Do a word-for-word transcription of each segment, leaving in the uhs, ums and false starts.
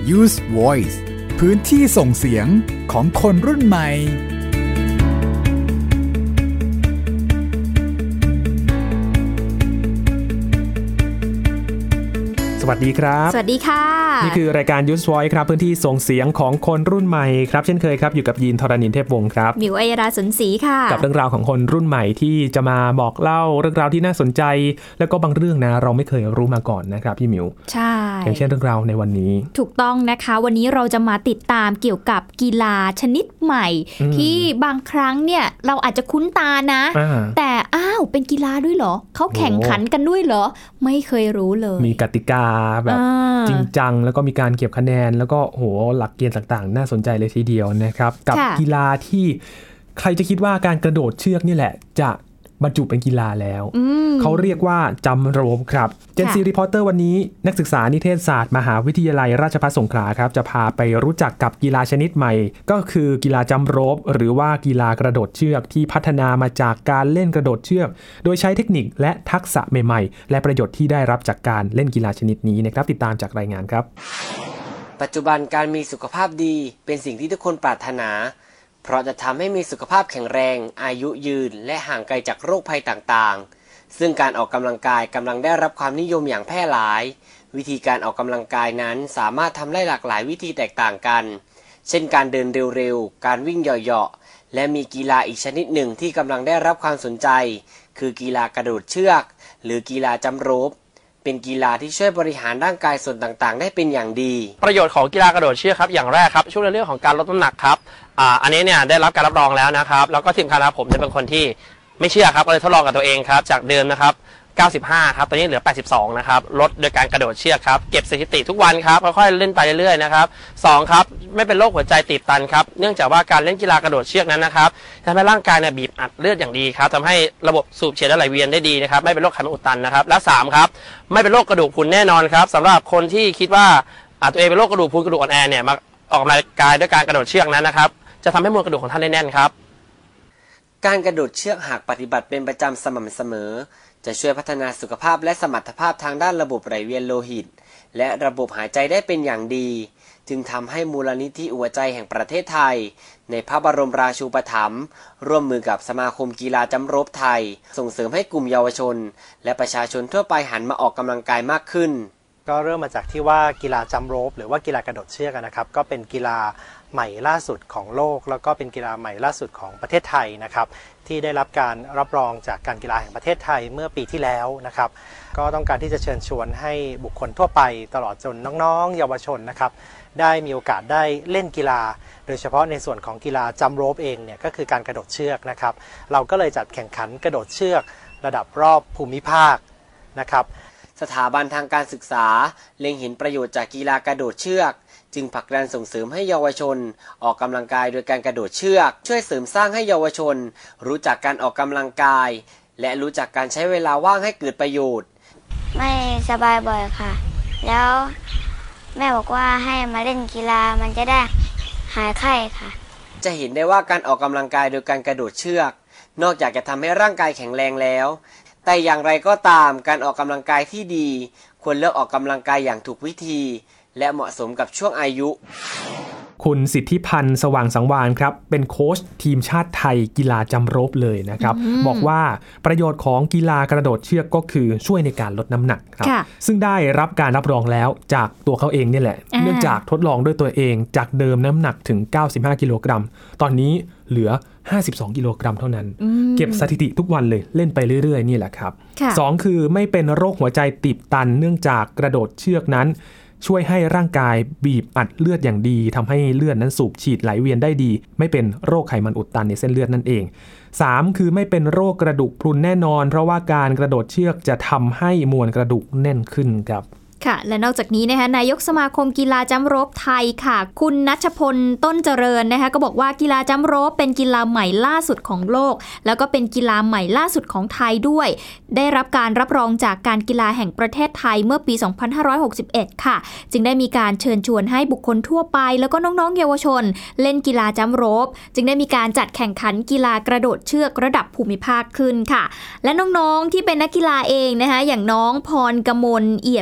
Use Voice พื้นที่ส่งเสียงของคนรุ่นใหม่สวัสดีครับสวัสดีค่ะนี่คือรายการ Use Voice ครับพื้นที่ส่งเสียงของคนรุ่นใหม่ครับเช่นเคยครับอยู่กับยีนทรณินเทพวงศ์ครับมิวอัยราสนศรีค่ะกับเรื่องราวของคนรุ่นใหม่ที่จะมาบอกเล่าเรื่องราวที่น่าสนใจแล้วก็บางเรื่องนะเราไม่เคยรู้มาก่อนนะครับพี่มิวใช่อย่างเช่นเรื่องราวในวันนี้ถูกต้องนะคะวันนี้เราจะมาติดตามเกี่ยวกับกีฬาชนิดใหม่ที่บางครั้งเนี่ยเราอาจจะคุ้นตานะแต่อ้าวเป็นกีฬาด้วยเหรอเขาแข่งขันกันด้วยเหรอไม่เคยรู้เลยมีกติกาแบบจริงจังแล้วก็มีการเก็บคะแนนแล้วก็โหหลักเกณฑ์ต่างๆน่าสนใจเลยทีเดียวนะครับกับกีฬาที่ใครจะคิดว่าการกระโดดเชือกนี่แหละจะบรรจุเป็นกีฬาแล้วเขาเรียกว่าจัมป์โรปครับเจนซีรีพอร์เตอร์วันนี้นักศึกษานิเทศศาสตร์มหาวิทยาลัยราชภัฏสงขลาครับจะพาไปรู้จักกับกีฬาชนิดใหม่ก็คือกีฬาจัมป์โรปหรือว่ากีฬากระโดดเชือกที่พัฒนามาจากการเล่นกระโดดเชือกโดยใช้เทคนิคและทักษะใหม่ๆและประโยชน์ที่ได้รับจากการเล่นกีฬาชนิดนี้นะครับติดตามจากรายงานครับปัจจุบันการมีสุขภาพดีเป็นสิ่งที่ทุกคนปรารถนาเพราะจะทำให้มีสุขภาพแข็งแรงอายุยืนและห่างไกลจากโรคภัยต่างๆซึ่งการออกกำลังกายกำลังได้รับความนิยมอย่างแพร่หลายวิธีการออกกำลังกายนั้นสามารถทำได้หลากหลายวิธีแตกต่างกันเช่นการเดินเร็วๆการวิ่งเหยาะๆและมีกีฬาอีกชนิดหนึ่งที่กำลังได้รับความสนใจคือกีฬากระโดดเชือกหรือกีฬาจัมป์โรปเป็นกีฬาที่ช่วยบริหารร่างกายส่วนต่างๆได้เป็นอย่างดีประโยชน์ของกีฬากระโดดเชือกครับอย่างแรกครับช่วยในเรื่องของการลดน้ำหนักครับอ่าอันนี้เนี่ยได้รับการรับรองแล้วนะครับแล้วก็ทีมคณะผมจะเป็นคนที่ไม่เชื่อครับก็เลยทดลองกับตัวเองครับจากเดิมนะครับเก้าสิบห้าครับตอนนี้เหลือแปดสิบสองนะครับลดโดยการกระโดดเชือกครับเก็บสถิติทุกวันครับค่อยๆเล่นไปเรื่อยๆนะครับสองครับไม่เป็นโรคหัวใจตีบตันครับเนื่องจากว่าการเล่นกีฬากระโดดเชือกนั้นนะครับทำให้ร่างกายเนี่ยบีบอัดเลือดอย่างดีครับทำให้ระบบสูบฉีดและไหลเวียนได้ดีนะครับไม่เป็นโรคไขมันอุดตันนะครับและสามครับไม่เป็นโรคกระดูกพรุนแน่นอนครับสำหรับคนที่คิดว่าตัวเองเป็นโรคกระดูกพรุนกระดูกอ่อนแอเนี่ยมาออกกำลังกายด้วยการกระโดดเชือกนั้นนะครับจะทำให้มวลกระดูกของท่านได้แน่นครับการกระโดดเชือกหากปฏิบัติเป็นประจำสม่ำเสมอจะช่วยพัฒนาสุขภาพและสมรรถภาพทางด้านระบบไหลเวียนโลหิตและระบบหายใจได้เป็นอย่างดีจึงทำให้มูลนิธิหัวใจแห่งประเทศไทยในพระบรมราชูปถัมภ์ร่วมมือกับสมาคมกีฬาจัมป์โรปไทยส่งเสริมให้กลุ่มเยาวชนและประชาชนทั่วไปหันมาออกกำลังกายมากขึ้นก็เริ่มมาจากที่ว่ากีฬาจัมป์โรปหรือว่ากีฬากระโดดเชือกนะครับก็เป็นกีฬาใหม่ล่าสุดของโลกแล้วก็เป็นกีฬาใหม่ล่าสุดของประเทศไทยนะครับที่ได้รับการรับรองจากการกีฬาแห่งประเทศไทยเมื่อปีที่แล้วนะครับก็ต้องการที่จะเชิญชวนให้บุคคลทั่วไปตลอดจนน้องๆเยาวชนนะครับได้มีโอกาสได้เล่นกีฬาโดยเฉพาะในส่วนของกีฬาจัมป์โรปเองเนี่ยก็คือการกระโดดเชือกนะครับเราก็เลยจัดแข่งขันกระโดดเชือกระดับรอบภูมิภาคนะครับสถาบันทางการศึกษาเล็งเห็นประโยชน์จากกีฬากระโดดเชือกจึงผลักดันส่งเสริมให้เยาวชนออกกำลังกายโดยการกระโดดเชือกช่วยเสริมสร้างให้เยาวชนรู้จักการออกกำลังกายและรู้จักการใช้เวลาว่างให้เกิดประโยชน์ไม่สบายบ่อยค่ะแล้วแม่บอกว่าให้มาเล่นกีฬามันจะได้หายไข้ค่ะจะเห็นได้ว่าการออกกำลังกายโดยการกระโดดเชือกนอกจากจะทำให้ร่างกายแข็งแรงแล้วแต่อย่างไรก็ตามการออกกำลังกายที่ดีควรเลือกออกกำลังกายอย่างถูกวิธีและเหมาะสมกับช่วงอายุคุณสิทธิพันธ์สว่างสังวาลครับเป็นโค้ชทีมชาติไทยกีฬาจัมป์โรปเลยนะครับบอกว่าประโยชน์ของกีฬากระโดดเชือกก็คือช่วยในการลดน้ำหนักครับซึ่งได้รับการรับรองแล้วจากตัวเขาเองนี่แหละเนื่องจากทดลองด้วยตัวเองจากเดิมน้ำหนักถึงเก้าสิบห้ากิโลกรัมตอนนี้เหลือห้าสิบสองกิโลกรัมเท่านั้นเก็บสถิติทุกวันเลยเล่นไปเรื่อยๆนี่แหละครับสองคือไม่เป็นโรคหัวใจตีบตันเนื่องจากกระโดดเชือกนั้นช่วยให้ร่างกายบีบอัดเลือดอย่างดีทำให้เลือดนั้นสูบฉีดไหลเวียนได้ดีไม่เป็นโรคไขมันอุดตันในเส้นเลือดนั่นเองสามคือไม่เป็นโรคกระดูกพรุนแน่นอนเพราะว่าการกระโดดเชือกจะทำให้มวลกระดูกแน่นขึ้นครับค่ะและนอกจากนี้นะคะนายกสมาคมกีฬาจัมป์โรปไทยค่ะคุณณัชพลต้นเจริญนะคะก็บอกว่ากีฬาจัมป์โรปเป็นกีฬาใหม่ล่าสุดของโลกแล้วก็เป็นกีฬาใหม่ล่าสุดของไทยด้วยได้รับการรับรองจากการกีฬาแห่งประเทศไทยเมื่อปีสองพันห้าร้อยหกสิบเอ็ดค่ะจึงได้มีการเชิญชวนให้บุคคลทั่วไปแล้วก็น้องๆเยาวชนเล่นกีฬาจัมป์โรปจึงได้มีการจัดแข่งขันกีฬากระโดดเชือกระดับภูมิภาคขึ้นค่ะและน้องๆที่เป็นนักกีฬาเองนะคะอย่างน้องพรกมลเอียดประดิษฐ์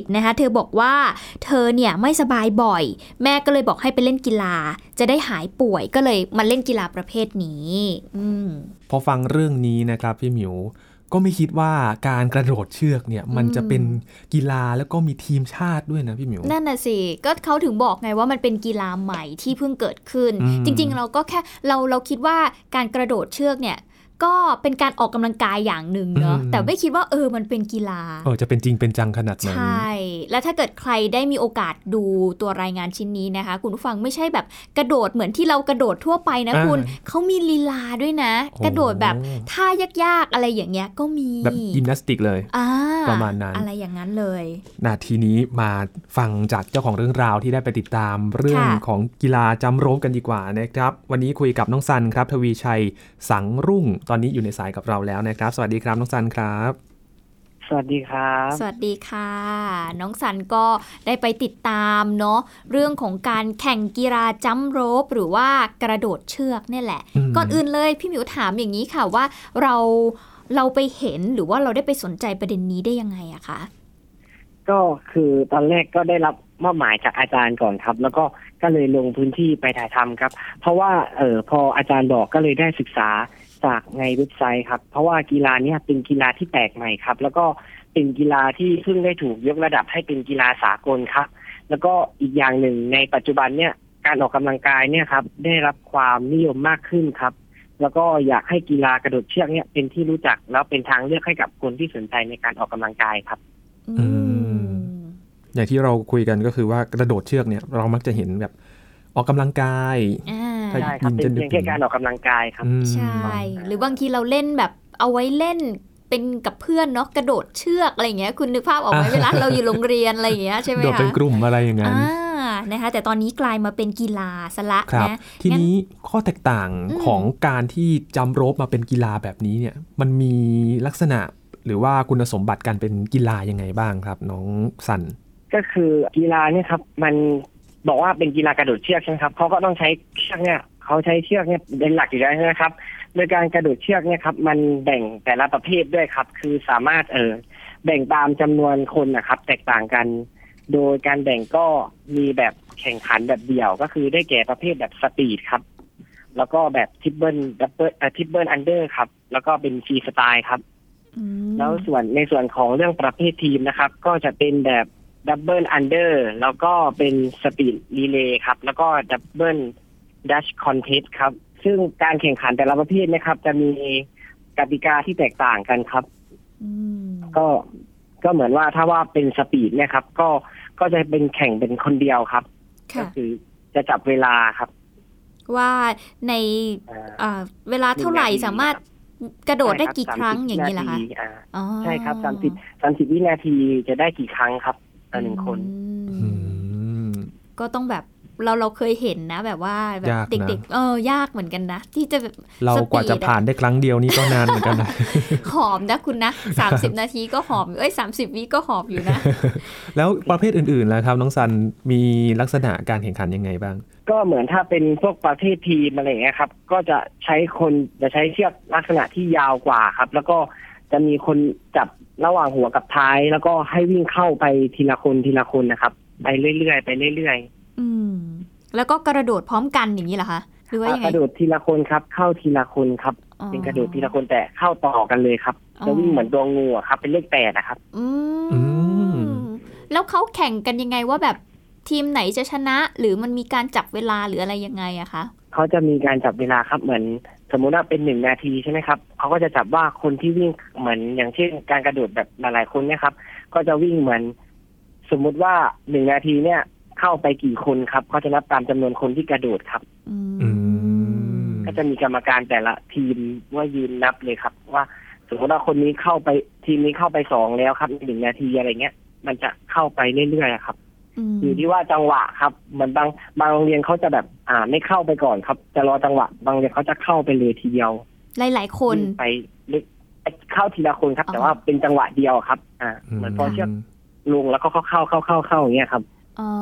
ตนะคะเธอบอกว่าเธอเนี่ยไม่สบายบ่อยแม่ก็เลยบอกให้ไปเล่นกีฬาจะได้หายป่วยก็เลยมาเล่นกีฬาประเภทนี้อืมพอฟังเรื่องนี้นะครับพี่หมิวก็ไม่คิดว่าการกระโดดเชือกเนี่ยมันจะเป็นกีฬาแล้วก็มีทีมชาติด้วยนะพี่หมิวนั่นน่ะสิก็เขาถึงบอกไงว่ามันเป็นกีฬาใหม่ที่เพิ่งเกิดขึ้นจริงๆเราก็แค่เราเราคิดว่าการกระโดดเชือกเนี่ยก็เป็นการออกกำลังกายอย่างหนึ่งเนาะแต่ไม่คิดว่าเออมันเป็นกีฬาเออจะเป็นจริงเป็นจังขนาดนั้นใช่แล้วถ้าเกิดใครได้มีโอกาสดูตัวรายงานชิ้นนี้นะคะคุณผู้ฟังไม่ใช่แบบกระโดดเหมือนที่เรากระโดดทั่วไปนะคุณเขามีลีลาด้วยนะกระโดดแบบท่ายากๆอะไรอย่างเงี้ยก็มีแบบยิมนาสติกเลยประมาณนั้นอะไรอย่างนั้นเลยนาทีนี้มาฟังจากเจ้าของเรื่องราวที่ได้ไปติดตามเรื่องของกีฬาจัมป์โรปกันดีกว่านะครับวันนี้คุยกับน้องซันครับทวีชัยสังรุ่งตอนนี้อยู่ในสายกับเราแล้วนะครับสวัสดีครับน้องซันครับสวัสดีครับสวัสดีค่ะน้องซันก็ได้ไปติดตามเนาะเรื่องของการแข่งกีฬาจัมป์โรปหรือว่ากระโดดเชือกนี่แหละก่อนอื่นเลยพี่หมิวถามอย่างนี้ค่ะว่าเราเราไปเห็นหรือว่าเราได้ไปสนใจประเด็นนี้ได้ยังไงอะคะก็คือตอนแรกก็ได้รับมอบหมายจากอาจารย์ก่อนครับแล้วก็ก็เลยลงพื้นที่ไปถ่ายทำครับเพราะว่าเออพออาจารย์บอกก็เลยได้ศึกษาจากในเว็บไซต์ครับเพราะว่ากีฬานี้เป็นกีฬาที่แปลกใหม่ครับแล้วก็เป็นกีฬาที่เพิ่งได้ถูกยกระดับให้เป็นกีฬาสากลครับแล้วก็อีกอย่างหนึ่งในปัจจุบันเนี่ยการออกกำลังกายเนี่ยครับได้รับความนิยมมากขึ้นครับแล้วก็อยากให้กีฬากระโดดเชือกเนี่ยเป็นที่รู้จักแล้วเป็นทางเลือกให้กับคนที่สนใจในการออกกำลังกายครับอืมอย่างที่เราคุยกันก็คือว่ากระโดดเชือกเนี่ยเรามักจะเห็นแบบออกกำลังกายใช่ครับเป็นเพียงแค่การออกกำลังกายครับใช่หรือบางทีเราเล่นแบบเอาไว้เล่นเป็นกับเพื่อนเนาะกระโดดเชือกอะไรอย่างเงี้ยคุณนึกภาพออกไหมเวลาเราอยู่โรงเรียนอะไรอย่างเงี้ยใช่ไหมคะโดดเป็นกลุ่มอะไรอย่างเงี้ยนะคะแต่ตอนนี้กลายมาเป็นกีฬาซะละนะทีนี้ข้อแตกต่างของการที่จัมป์โรปมาเป็นกีฬาแบบนี้เนี่ยมันมีลักษณะหรือว่าคุณสมบัติการเป็นกีฬายังไงบ้างครับน้องสันก็คือกีฬาเนี่ยครับมันบอกว่าเป็นกีฬากระโดดเชือกใช่ไหมครับเขาก็ต้องใช้เชือกเนี่ยเขาใช้เชือกเนี่ยเป็นหลักอยู่แล้วนะครับโดยการกระโดดเชือกเนี่ยครับมันแบ่งแต่ละประเภทด้วยครับคือสามารถเออแบ่งตามจำนวนคนนะครับแตกต่างกันโดยการแบ่งก็มีแบบแข่งขันแบบเดี่ยวก็คือได้แก่ประเภทแบบสปีดครับแล้วก็แบบทริปเปิลดับเบิลเอ่อทริปเปิลอันเดอร์ครับแล้วก็เป็นฟรีสไตล์ครับแล้วส่วนในส่วนของเรื่องประเภททีมนะครับก็จะเป็นแบบดับเบิลอันเดอร์แล้วก็เป็นสปีดรีเลย์ครับแล้วก็ดับเบิลดัชคอนเทสต์ครับซึ่งการแข่งขันแต่ละประเภทนะครับจะมีกติกาที่แตกต่างกันครับก็ก็เหมือนว่าถ้าว่าเป็นสปีดเนี่ยครับก็ก็จะเป็นแข่งเป็นคนเดียวครับก็คือจะจับเวลาครับว่าในเวลาเท่าไหร่สามารถกระโดดได้กี่ครั้งอย่างนี้เหรอคะใช่ครับสามสิบสามสิบวินาทีจะได้กี่ครั้งครับต่อหนึ่งคนก็ต้องแบบเราเราเคยเห็นนะแบบว่าแบบเด็กๆเออยากเหมือนกันนะที่จะแบบเรากว่าจะผ่านได้ครั้งเดียวนี่ก็นานเหมือนกันนะหอมนะคุณนะสามสิบนาทีก็หอมเอ้ยสามสิบวิก็หอมอยู่นะแล้วประเภทอื่นๆล่ะครับน้องซันมีลักษณะการแข่งขันยังไงบ้างก็เหมือนถ้าเป็นพวกประเภททีมอะไรอย่างเงี้ยครับก็จะใช้คนจะใช้เชือกลักษณะที่ยาวกว่าครับแล้วก็จะมีคนจับระหว่างหัวกับท้ายแล้วก็ให้วิ่งเข้าไปทีละคนทีละคนนะครับไปเรื่อยๆไปเรื่อยๆอืมแล้วก็กระโดดพร้อมกันอย่างนี้เหรอคะหรือว่ายังไงกระโดดทีละคนครับเข้าทีละคนครับเป็นกระโดดทีละคนแต่เข้าต่อกันเลยครับจะวิ่งเหมือนตัวงูครับเป็นเลขแปดนะครับอืมแล้วเขาแข่งกันยังไงว่าแบบทีมไหนจะชนะหรือมันมีการจับเวลาหรืออะไรยังไงอะคะเขาจะมีการจับเวลาครับเหมือนสมมุติว่าเป็นหนึ่งนาทีใช่ไหมครับเขาก็จะจับว่าคนที่วิ่งเหมือนอย่างเช่นการกระโดดแบบหลายๆคนเนี่ยครับก็จะวิ่งเหมือนสมมุติว่าหนึ่งนาทีเนี่ยเข้าไปกี่คนครับเขาจะนับตามจำนวนคนที่กระโดดครับก็จะมีกรรมการแต่ละทีมว่ายืนนับเลยครับว่าสมมติว่าคนนี้เข้าไปทีมนี้เข้าไปสองแล้วครับหนึ่งนาทีอะไรเงี้ยมันจะเข้าไปเรื่อยๆครับอยู่ที่ว่าจังหวะครับเหมือนบางบางโรงเรียนเขาจะแบบอ่าไม่เข้าไปก่อนครับจะรอจังหวะบางโรงเรียนเขาจะเข้าไปเลยทีเดียวหลายๆคนไปเข้าทีละคนครับแต่ว่าเป็นจังหวะเดียวครับอ่าเหมือนพอเชือกลงแล้วก็เข้าเข้าเข้าเข้าเข้าอย่างเงี้ยครับ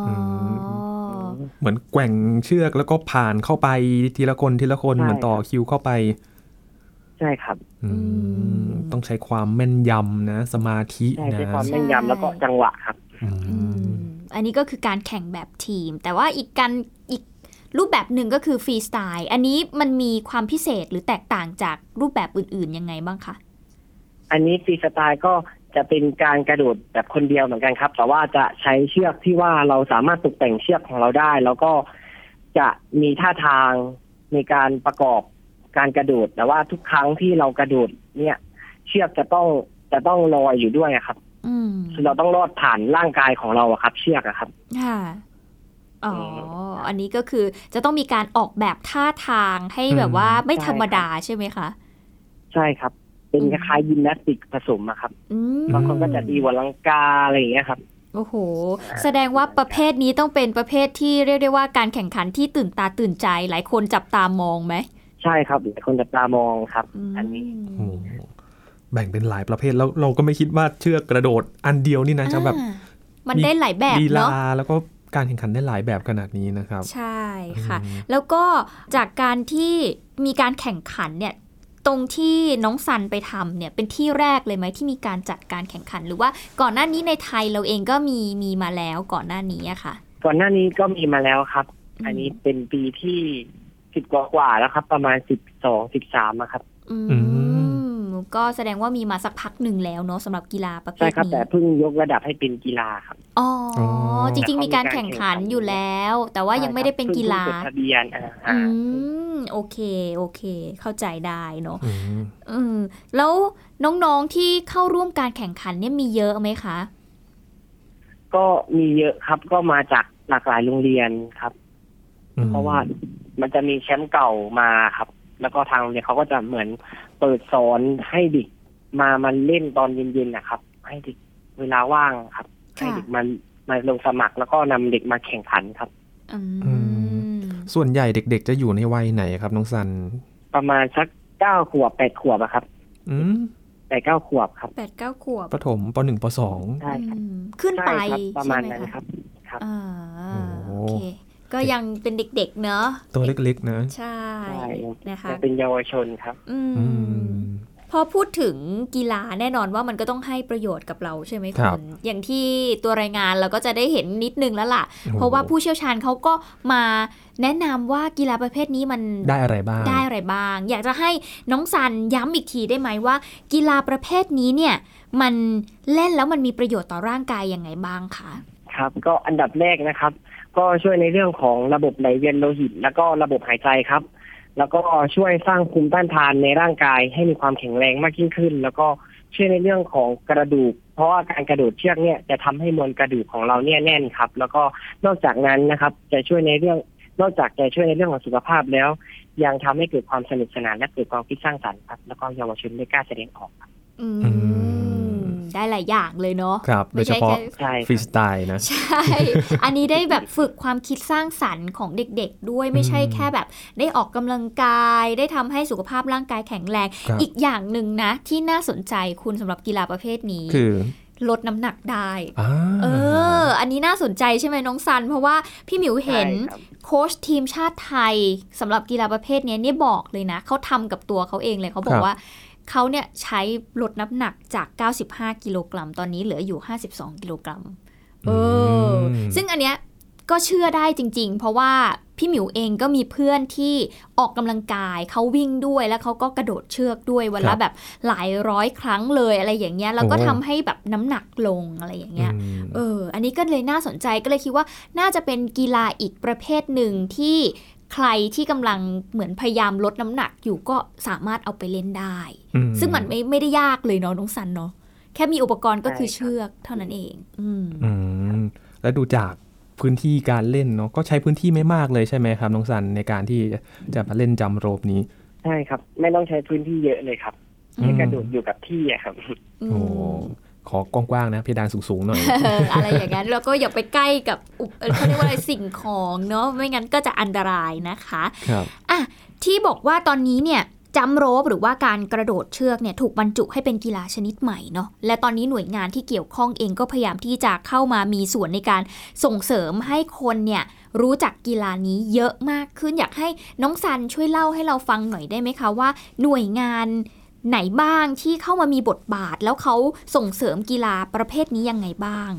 เหมือนแกว่งเชือกแล้วก็ผ่านเข้าไปทีละคนทีละคนเหมือนต่อคิวเข้าไปใช่ครับต้องใช้ความแม่นยำนะสมาธินะใช้ความแม่นยำแล้วก็จังหวะครับอันนี้ก็คือการแข่งแบบทีมแต่ว่าอีกการอีกรูปแบบหนึ่งก็คือฟรีสไตล์อันนี้มันมีความพิเศษหรือแตกต่างจากรูปแบบอื่นๆยังไงบ้างคะอันนี้ฟรีสไตล์ก็จะเป็นการกระโดดแบบคนเดียวเหมือนกันครับแต่ว่าจะใช้เชือกที่ว่าเราสามารถตกแต่งเชือกของเราได้แล้วก็จะมีท่าทางในการประกอบการกระโดดแต่ว่าทุกครั้งที่เรากระโดดเนี่ยเชือกจะต้องจะต้องลอยอยู่ด้วยครับคือเราต้องลอดผ่านร่างกายของเราอะครับเชือกอะครับค่ะอ๋ออันนี้ก็คือจะต้องมีการออกแบบท่าทางให้แบบว่าไม่ธรรมดาใช่ไหมคะใช่ครับเป็นคล้ายๆยิมนาสติกผสมอะครับบางคนก็จะตีวัวลังกาอะไรอย่างเงี้ยครับโอ้โหแสดงว่าประเภทนี้ต้องเป็นประเภทที่เรียกได้ว่าการแข่งขันที่ตื่นตาตื่นใจหลายคนจับตามองไหมใช่ครับหลายคนจับตามองครับอันนี้แบ่งเป็นหลายประเภทแล้วเราก็ไม่คิดว่าเชือกกระโดดอันเดียวนี่นะจะแบบมันได้หลายแบบเนาะแล้วก็การแข่งขันได้หลายแบบขนาดนี้นะครับใช่ค่ะแล้วก็จากการที่มีการแข่งขันเนี่ยตรงที่น้องซันไปทำเนี่ยเป็นที่แรกเลยไหมที่มีการจัดการแข่งขันหรือว่าก่อนหน้านี้ในไทยเราเองก็มีมีมาแล้วก่อนหน้านี้อะค่ะก่อนหน้านี้ก็มีมาแล้วครับอันนี้เป็นปีที่สิบกว่าๆแล้วครับประมาณสิบสอง สิบสามอะครับอืมก็แสดงว่ามีมาสักพักหนึ่งแล้วเนาะสำหรับกีฬาประเภทนี้ใช่ครับแต่เพิ่งยกระดับให้เป็นกีฬาครับอ๋อจริงๆมีการแข่งขันอยู่แล้วแต่ว่ายังไม่ได้เป็นกีฬาจดทะเบียนอืมโอเคโอเคเข้าใจได้เนาะอืมแล้วน้องๆที่เข้าร่วมการแข่งขันเนี่ยมีเยอะไหมคะก็มีเยอะครับก็มาจากหลากหลายโรงเรียนครับเพราะว่ามันจะมีแชมป์เก่ามาครับแล้วก็ทางโรงเรียนเขาก็จะเหมือนเปิดสอนให้เด็กมามาเล่นตอนเย็นๆนะครับให้เด็กเวลาว่างครับให้เด็กมันมาลงสมัครแล้วก็นำเด็กมาแข่งขันครับส่วนใหญ่เด็กๆจะอยู่ในวัยไหนครับน้องซันประมาณสักเก้าขวบแปดขวบอะครับอืมแปดเก้าขวบครับแปดเก้าขวบประถมปหนึ่งปสองใช่ครับขึ้นไปประมาณนั้นครับครับอ่าโอเคก็ยังเป็นเด็กๆเนอะตัวเล็กๆนะใช่นะคะเป็นเยาวชนครับอืมพอพูดถึงกีฬาแน่นอนว่ามันก็ต้องให้ประโยชน์กับเราใช่ไหมคุณอย่างที่ตัวรายงานเราก็จะได้เห็นนิดนึงแล้วล่ะเพราะว่าผู้เชี่ยวชาญเขาก็มาแนะนำว่ากีฬาประเภทนี้มันได้อะไรบ้างได้อะไรบ้างอยากจะให้น้องซันย้ำอีกทีได้ไหมว่ากีฬาประเภทนี้เนี่ยมันเล่นแล้วมันมีประโยชน์ต่อร่างกายยังไงบ้างคะครับก็อันดับแรกนะครับก็ช่วยในเรื่องของระบบไหลเวียนโลหิตแล้วก็ระบบหายใจครับแล้วก็ช่วยสร้างภูมิต้านทานในร่างกายให้มีความแข็งแรงมากยิ่งขึ้นแล้วก็ช่วยในเรื่องของกระดูกเพราะว่าการกระโดดเชือกเนี่ยจะทำให้มวลกระดูกของเราเนี่ยแน่นครับแล้วก็นอกจากนั้นนะครับจะช่วยในเรื่องนอกจากจะช่วยในเรื่องของสุขภาพแล้วยังทำให้เกิดความสนุกสนานและเกิดความคิดสร้างสรรค์ครับแล้วก็เยาวชนได้กล้าแสดงออกครับอืมได้หลายอย่างเลยเนาะครับโดยเฉพาะฟรีสไตล์นะใช่อันนี้ได้แบบฝึกความคิดสร้างสรรค์ของเด็กๆด้วยไม่ใช่แค่แบบได้ออกกำลังกายได้ทำให้สุขภาพร่างกายแข็งแรงอีกอย่างหนึ่งนะที่น่าสนใจคุณสำหรับกีฬาประเภทนี้คือลดน้ำหนักได้เอออันนี้น่าสนใจใช่ไหมน้องซันเพราะว่าพี่หมิวเห็นโค้ชทีมชาติไทยสำหรับกีฬาประเภทนี้เนี่ยบอกเลยนะเขาทำกับตัวเขาเองเลยเขาบอกว่าเขาเนี่ยใช้ลดน้ำหนักจากเก้าสิบห้ากิโลกรัมตอนนี้เหลืออยู่ห้าสิบสองกิโลกรัมเออซึ่งอันเนี้ยก็เชื่อได้จริงๆเพราะว่าพี่หมิวเองก็มีเพื่อนที่ออกกำลังกายเขาวิ่งด้วยแล้วเขาก็กระโดดเชือกด้วยวันละแบบหลายร้อยครั้งเลยอะไรอย่างเงี้ยแล้วก็ทำให้แบบน้ำหนักลงอะไรอย่างเงี้ยเอออันนี้ก็เลยน่าสนใจก็เลยคิดว่าน่าจะเป็นกีฬาอีกประเภทหนึ่งที่ใครที่กำลังเหมือนพยายามลดน้ำหนักอยู่ก็สามารถเอาไปเล่นได้ซึ่งมันไม่ไม่ได้ยากเลยเนาะน้องซันเนาะแค่มีอุปกรณ์ก็คือเชือกเท่านั้นเองอืมอืมแล้วดูจากพื้นที่การเล่นเนาะก็ใช้พื้นที่ไม่มากเลยใช่ไหมครับน้องซันในการที่จะมาเล่นจัมโรปนี้ใช่ครับไม่ต้องใช้พื้นที่เยอะเลยครับแค่กระโดดอยู่กับที่อะครับโอ้ขอกว้างๆนะเพดานสูงๆหน่อยอะไรอย่างนั้นแล้วก็อย่าไปใกล้กับเขาเรียกว่าอะไรสิ่งของเนาะไม่งั้นก็จะอันตรายนะคะครับอ่ะที่บอกว่าตอนนี้เนี่ยจัมโรปหรือว่าการกระโดดเชือกเนี่ยถูกบรรจุให้เป็นกีฬาชนิดใหม่เนาะและตอนนี้หน่วยงานที่เกี่ยวข้องเองก็พยายามที่จะเข้ามามีส่วนในการส่งเสริมให้คนเนี่ยรู้จักกีฬานี้เยอะมากขึ้นอยากให้น้องซันช่วยเล่าให้เราฟังหน่อยได้ไหมคะว่าหน่วยงานไหนบ้างที่เข้ามามีบทบาทแล้วเขาส่งเสริมกีฬาประเภทนี้ยังไงบ้างค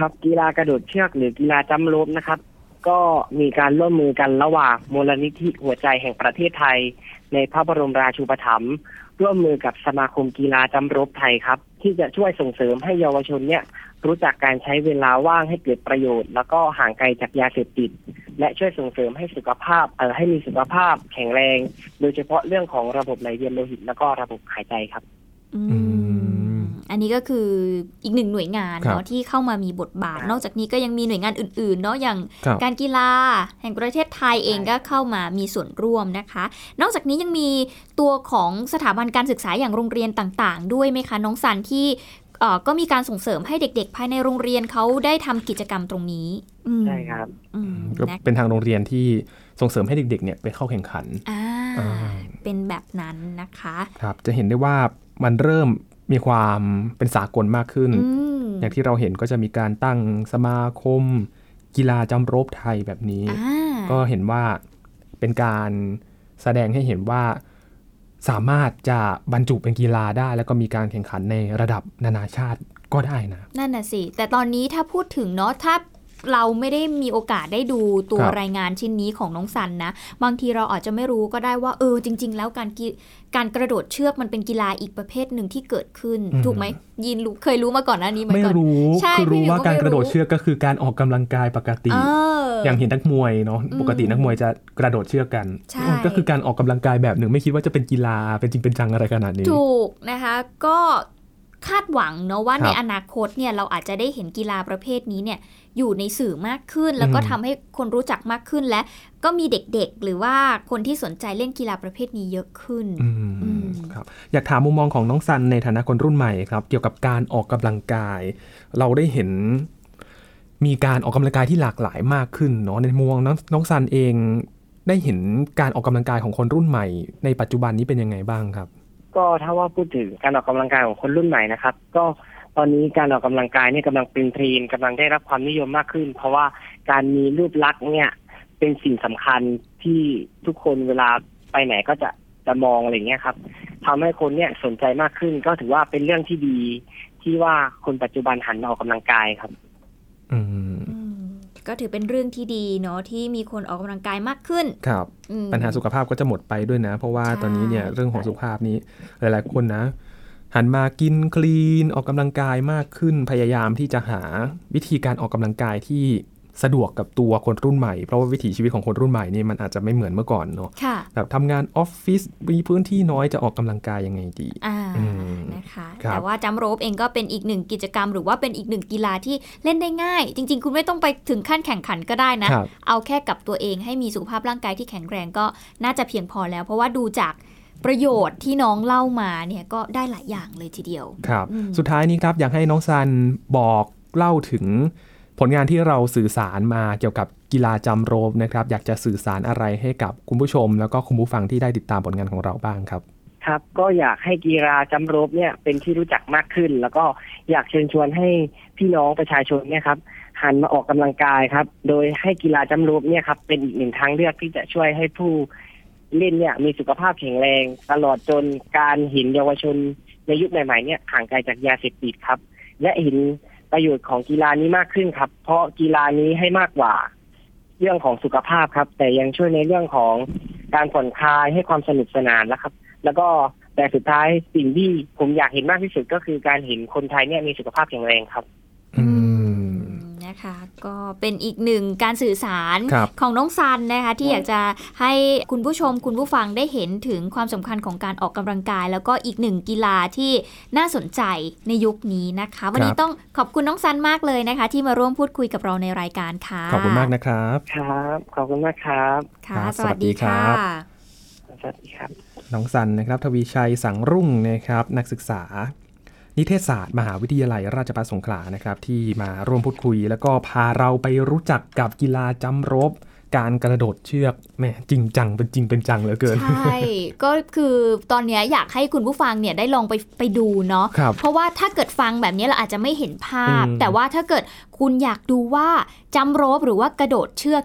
ครับกีฬากระโดดเชือกหรือกีฬาจัมป์โรปนะครับก็มีการร่วมมือกันระหว่างมูลนิธิหัวใจแห่งประเทศไทยในพระบรมราชูปถัมภ์ร่วมมือกับสมาคมกีฬาจัมป์โรปไทยครับที่จะช่วยส่งเสริมให้เยาวชนเนี่ยรู้จักการใช้เวลาว่างให้เกิดประโยชน์แล้วก็ห่างไกลจากยาเสพติดและช่วยส่งเสริมให้สุขภาพเอ่อให้มีสุขภาพแข็งแรงโดยเฉพาะเรื่องของระบบไหลเวียนโลหิตแล้วก็ระบบหายใจครับอืมอันนี้ก็คืออีกหนึ่งหน่วยงานเนาะที่เข้ามามีบทบาทนอกจากนี้ก็ยังมีหน่วยงานอื่นๆเนาะอย่างการกีฬาแห่งประเทศไทยเองก็เข้ามามีส่วนร่วมนะคะนอกจากนี้ยังมีตัวของสถาบันการศึกษาอย่างโรงเรียนต่างๆด้วยไหมคะน้องซันที่เอ่อก็มีการส่งเสริมให้เด็กๆภายในโรงเรียนเขาได้ทำกิจกรรมตรงนี้ใช่ครับก็เป็นทางโรงเรียนที่ส่งเสริมให้เด็กๆเนี่ยไปเข้าแข่งขันอ่าเป็นแบบนั้นนะคะครับจะเห็นได้ว่ามันเริ่มมีความเป็นสากลมากขึ้น อ, อย่างที่เราเห็นก็จะมีการตั้งสมาคมกีฬาจัมป์โรปไทยแบบนี้ก็เห็นว่าเป็นการแสดงให้เห็นว่าสามารถจะบรรจุเป็นกีฬาได้แล้วก็มีการแข่งขันในระดับนานาชาติก็ได้นะนั่นน่ะสิแต่ตอนนี้ถ้าพูดถึงเนาะถ้าเราไม่ได้มีโอกาสได้ดูตัวรายงานชิ้นนี้ของน้องซันนะบางทีเราอาจจะไม่รู้ก็ได้ว่าเออจริงๆแล้วการการกระโดดเชือกมันเป็นกีฬาอีกประเภทหนึ่งที่เกิดขึ้นถูกไหมยินรู้เคยรู้มาก่อนหน้านี้ไหมไม่รู้คือรู้ว่าการกระโดดเชือกก็คือการออกกำลังกายปกติ อ, อย่างเห็นนักมวยเนาะปกตินักมวยจะกระโดดเชือกกันก็คือการออกกำลังกายแบบหนึ่งไม่คิดว่าจะเป็นกีฬาเป็นจริงเป็นจังอะไรขนาดนี้ถูกนะคะก็คาดหวังเนาะว่าในอนาคตเนี่ยเราอาจจะได้เห็นกีฬาประเภทนี้เนี่ยอยู่ในสื่อมากขึ้นแล้วก็ทำให้คนรู้จักมากขึ้นและก็มีเด็กๆหรือว่าคนที่สนใจเล่นกีฬาประเภทนี้เยอะขึ้นครับอยากถามมุมมองของน้องซันในฐานะคนรุ่นใหม่ครับเกี่ยวกับการออกกำลังกายเราได้เห็นมีการออกกำลังกายที่หลากหลายมากขึ้นเนาะในมุมมองน้องน้องซันเองได้เห็นการออกกำลังกายของคนรุ่นใหม่ในปัจจุบันนี้เป็นยังไงบ้างครับก็ถ้าว่าพูดถึงการออกกำลังกายของคนรุ่นใหม่นะครับก็ตอนนี้การออกกำลังกายเนี่ยกำลังเป็นเทรนด์กำลังได้รับความนิยมมากขึ้นเพราะว่าการมีรูปลักษณ์เนี่ยเป็นสิ่งสำคัญที่ทุกคนเวลาไปไหนก็จะจะมองอะไรเงี้ยครับทำให้คนเนี่ยสนใจมากขึ้นก็ถือว่าเป็นเรื่องที่ดีที่ว่าคนปัจจุบันหันมาออกกำลังกายครับอืมก็ถือเป็นเรื่องที่ดีเนาะที่มีคนออกกำลังกายมากขึ้นครับปัญหาสุขภาพก็จะหมดไปด้วยนะเพราะว่าตอนนี้เนี่ยเรื่องของสุขภาพนี้หลายๆคนนะหันมากินคลีนออกกำลังกายมากขึ้นพยายามที่จะหาวิธีการออกกำลังกายที่สะดวกกับตัวคนรุ่นใหม่เพราะว่าวิถีชีวิตของคนรุ่นใหม่นี่มันอาจจะไม่เหมือนเมื่อก่อนเนาะแบบทำงานออฟฟิศมีพื้นที่น้อยจะออกกำลังกายยังไงดีนะคะแต่ว่าจัมป์โรปเองก็เป็นอีกหนึ่งกิจกรรมหรือว่าเป็นอีกหนึ่งกีฬาที่เล่นได้ง่ายจริงๆคุณไม่ต้องไปถึงขั้นแข่งขันก็ได้นะเอาแค่กับตัวเองให้มีสุขภาพร่างกายที่แข็งแรงก็น่าจะเพียงพอแล้วเพราะว่าดูจากประโยชน์ที่น้องเล่ามาเนี่ยก็ได้หลายอย่างเลยทีเดียวครับสุดท้ายนี้ครับอยากให้น้องซันบอกเล่าถึงผลงานที่เราสื่อสารมาเกี่ยวกับกีฬาจัมป์โรปนะครับอยากจะสื่อสารอะไรให้กับคุณผู้ชมแล้วก็คุณผู้ฟังที่ได้ติดตามผลงานของเราบ้างครับครับก็อยากให้กีฬาจัมป์โรปเนี่ยเป็นที่รู้จักมากขึ้นแล้วก็อยากเชิญชวนให้พี่น้องประชาชนเนี่ยครับหันมาออกกำลังกายครับโดยให้กีฬาจัมป์โรปเนี่ยครับเป็นอีกหนึ่งทางเลือกที่จะช่วยให้ผู้เล่นเนี่ยมีสุขภาพแข็งแรงตลอดจนการเห็นเยาวชนในยุคใหม่ๆเนี่ยห่างไกลจากยาเสพติดครับและเห็นประโยชน์ของกีฬานี้มากขึ้นครับเพราะกีฬานี้ให้มากกว่าเรื่องของสุขภาพครับแต่ยังช่วยในเรื่องของการผ่อนคลายให้ความสนุกสนานแล้วครับแล้วก็แต่สุดท้ายสิ่งที่ผมอยากเห็นมากที่สุดก็คือการเห็นคนไทยเนี่ยมีสุขภาพแข็งแรงครับอืมนะคะก็เป็นอีกหนึ่งการสื่อสารของน้องซันนะคะที่อยากจะให้คุณผู้ชมคุณผู้ฟังได้เห็นถึงความสำคัญของการออกกำลังกายแล้วก็อีกหนึ่งกีฬาที่น่าสนใจในยุคนี้นะคะวันนี้ต้องขอบคุณน้องซันมากเลยนะคะที่มาร่วมพูดคุยกับเราในรายการค่ะขอบคุณมากนะครับครับขอบคุณมากครับค่ะสวัสดีค่ะสวัสดีครับน้องซันนะครับทวีชัยสังรุ่งนะครับนักศึกษานิเทศศาสตร์มหาวิทยาลัยราชภัฏสงขลานะครับที่มาร่วมพูดคุยแล้วก็พาเราไปรู้จักกับกีฬาจัมป์โรปการกระโดดเชือกแหมจริงจังเป็นจริงเป็นจังเหลือเกินใช่ก็คือตอนนี้อยากให้คุณผู้ฟังเนี่ยได้ลองไปไปดูเนาะเพราะว่าถ้าเกิดฟังแบบนี้เราอาจจะไม่เห็นภาพแต่ว่าถ้าเกิดคุณอยากดูว่าจัมป์โรปหรือว่ากระโดดเชือกเนี่ย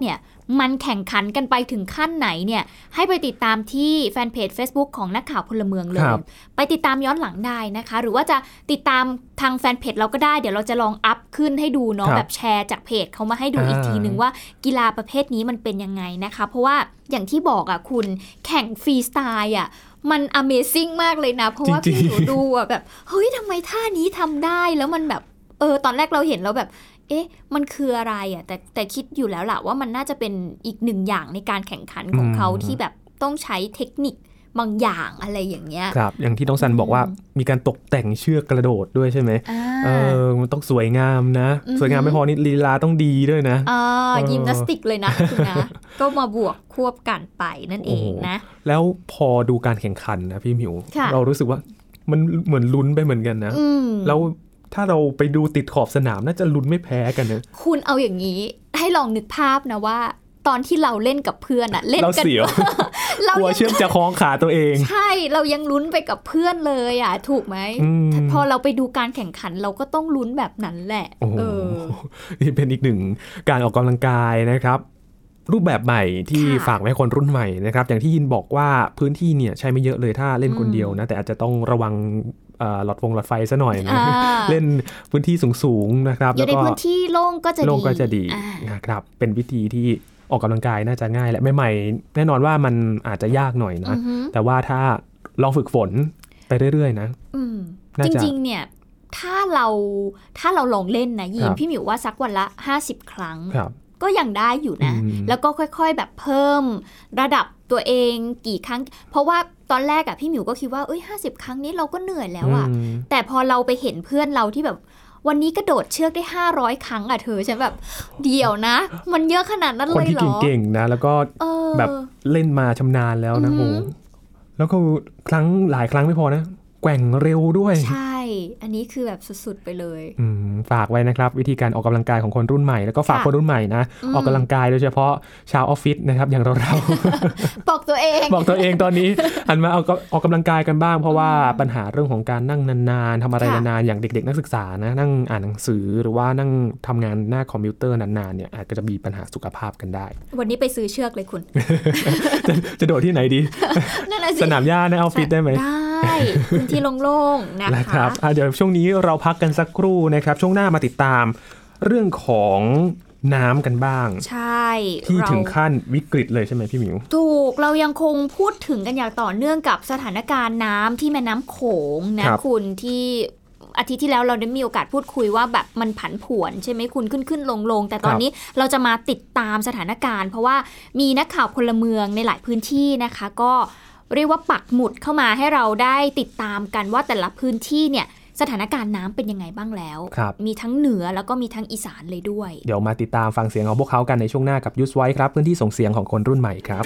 มันแข่งขันกันไปถึงขั้นไหนเนี่ยให้ไปติดตามที่แฟนเพจ Facebook ของนักข่าวพลเมืองเลยไปติดตามย้อนหลังได้นะคะหรือว่าจะติดตามทางแฟนเพจเราก็ได้เดี๋ยวเราจะลองอัพขึ้นให้ดูเนาะแบบแชร์จากเพจเขามาให้ดูอีกทีนึงว่ากีฬาประเภทนี้มันเป็นยังไงนะคะเพราะว่าอย่างที่บอกอ่ะคุณแข่งฟรีสไตล์อ่ะมัน Amazing มากเลยนะเพราะว่าพี่หนูดูอ่ะแบบเฮ้ยทำไมท่านี้ทำได้แล้วมันแบบเออตอนแรกเราเห็นแล้วแบบเอ๊ะมันคืออะไรอ่ะแต่แต่คิดอยู่แล้วล่ะว่ามันน่าจะเป็นอีกหนึ่งอย่างในการแข่งขันของเขาที่แบบต้องใช้เทคนิคบางอย่างอะไรอย่างเงี้ยครับอย่างที่น้องซันบอกว่ามีการตกแต่งเชือกกระโดดด้วยใช่ไหมเออมันต้องสวยงามนะสวยงามไม่พอนี่ลีลาต้องดีด้วยนะอ่ายิมนาสติกเลยนะคุณนะก็มาบวกควบกันไปนั่นเองนะแล้วพอดูการแข่งขันนะพี่หมิวเรารู้สึกว่ามันเหมือนลุ้นไปเหมือนกันนะแล้วถ้าเราไปดูติดขอบสนามน่าจะลุ้นไม่แพ้กันนะคุณเอาอย่างนี้ให้ลองนึกภาพนะว่าตอนที่เราเล่นกับเพื่อนอะเล่นกันเรากลัวเชื่อมจะคล้องขาตัวเองใช่เรายังลุ้นไปกับเพื่อนเลยอะถูกไหมพอเราไปดูการแข่งขันเราก็ต้องลุ้นแบบนั้นแหละเออนี่เป็นอีกหนึ่งการออกกำลังกายนะครับรูปแบบใหม่ที่ฝากไว้คนรุ่นใหม่นะครับอย่างที่ยินบอกว่าพื้นที่เนี่ยใช้ไม่เยอะเลยถ้าเล่นคนเดียวนะแต่อาจจะต้องระวังหลอดฟงหลอดไฟซะหน่อยนะเล่นพื้นที่สูงๆนะครับอยู่ในพื้นที่โล่งก็จะดีโล่งก็จะดีนะครับเป็นวิธีที่ออกกำลังกายน่าจะง่ายและใหม่ๆแน่นอนว่ามันอาจจะยากหน่อยนะแต่ว่าถ้าลองฝึกฝนไปเรื่อยๆนะจริงๆเนี่ยถ้าเราถ้าเราลองเล่นนะยินพี่หมิวว่าสักวันละห้าสิบครั้งก็ยังได้อยู่นะแล้วก็ค่อยๆแบบเพิ่มระดับตัวเองกี่ครั้งเพราะว่าตอนแรกอะพี่หมิวก็คิดว่าเอ้ยห้าสิบครั้งนี้เราก็เหนื่อยแล้วอะแต่พอเราไปเห็นเพื่อนเราที่แบบวันนี้กระโดดเชือกได้ห้าร้อยครั้งอะเธอฉันแบบเดี๋ยวนะมันเยอะขนาดนั้นเลยเหรอคนที่เก่งๆนะแล้วก็แบบเล่นมาชำนาญแล้วนะโหแล้วก็ครั้งหลายครั้งไม่พอนะแกว่งเร็วด้วยใช่อันนี้คือแบบสุดๆไปเลยฝากไว้นะครับวิธีการออกกำลังกายของคนรุ่นใหม่แล้วก็ฝากคนรุ่นใหม่นะออกกำลังกายโดยเฉพาะชาวออฟฟิศนะครับอย่างเราๆ บอกตัวเองบอกตัวเองตอนนี้หันมาเอาออกกำลังกายกันบ้างเพราะว่าปัญหาเรื่องของการนั่งนานๆทำอะไรนานๆอย่างเด็กๆนักศึกษานะนั่งอ่านหนังสือหรือว่านั่งทำงานหน้าคอมพิวเตอร์นานๆเนี่ยอาจจะมีปัญหาสุขภาพกันได้วันนี้ไปซื้อเชือกเลยคุณจะโดดที่ไหนดีสนามหญ้าในออฟฟิศได้ไหมได้พื้นที่โล่งๆนะคะเดี๋ยวช่วงนี้เราพักกันสักครู่นะครับช่วงหน้ามาติดตามเรื่องของน้ำกันบ้างใช่ที่ถึงขั้นวิกฤตเลยใช่ไหมพี่หมิวถูกเรายังคงพูดถึงกันอย่างต่อเนื่องกับสถานการณ์น้ำที่แม่น้ำโขงนะคุณที่อาทิตย์ที่แล้วเราได้มีโอกาสพูดคุยว่าแบบมันผันผวนใช่ไหมคุณขึ้นขึ้นลงลงแต่ตอนนี้เราจะมาติดตามสถานการณ์เพราะว่ามีนักข่าวพลเมืองในหลายพื้นที่นะคะก็เรียกว่าปักหมุดเข้ามาให้เราได้ติดตามกันว่าแต่ละพื้นที่เนี่ยสถานการณ์น้ำเป็นยังไงบ้างแล้วมีทั้งเหนือแล้วก็มีทั้งอีสานเลยด้วยเดี๋ยวมาติดตามฟังเสียงของพวกเขากันในช่วงหน้ากับ Use Voice ครับพื้นที่ส่งเสียงของคนรุ่นใหม่ครับ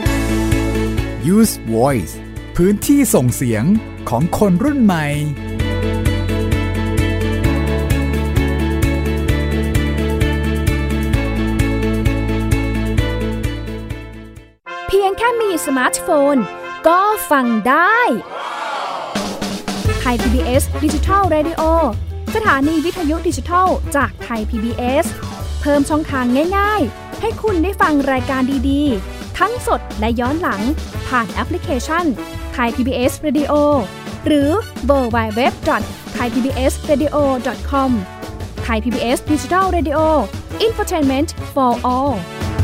Use Voice พื้นที่ส่งเสียงของคนรุ่นใหม่เพียงแค่มีสมาร์ทโฟนก็ฟังได้ไทย พี บี เอส Digital Radio สถานีวิทยุดิจิทัลจากไทย พี บี เอส เพิ่มช่องทางง่ายๆให้คุณได้ฟังรายการดีๆทั้งสดและย้อนหลังผ่านแอปพลิเคชัน Thai พี บี เอส Radio หรือ ดับเบิลยู ดับเบิลยู ดับเบิลยู ดอท ไทยพีบีเอสเรดิโอ ดอท คอม Thai พี บี เอส Digital Radio Infotainment for all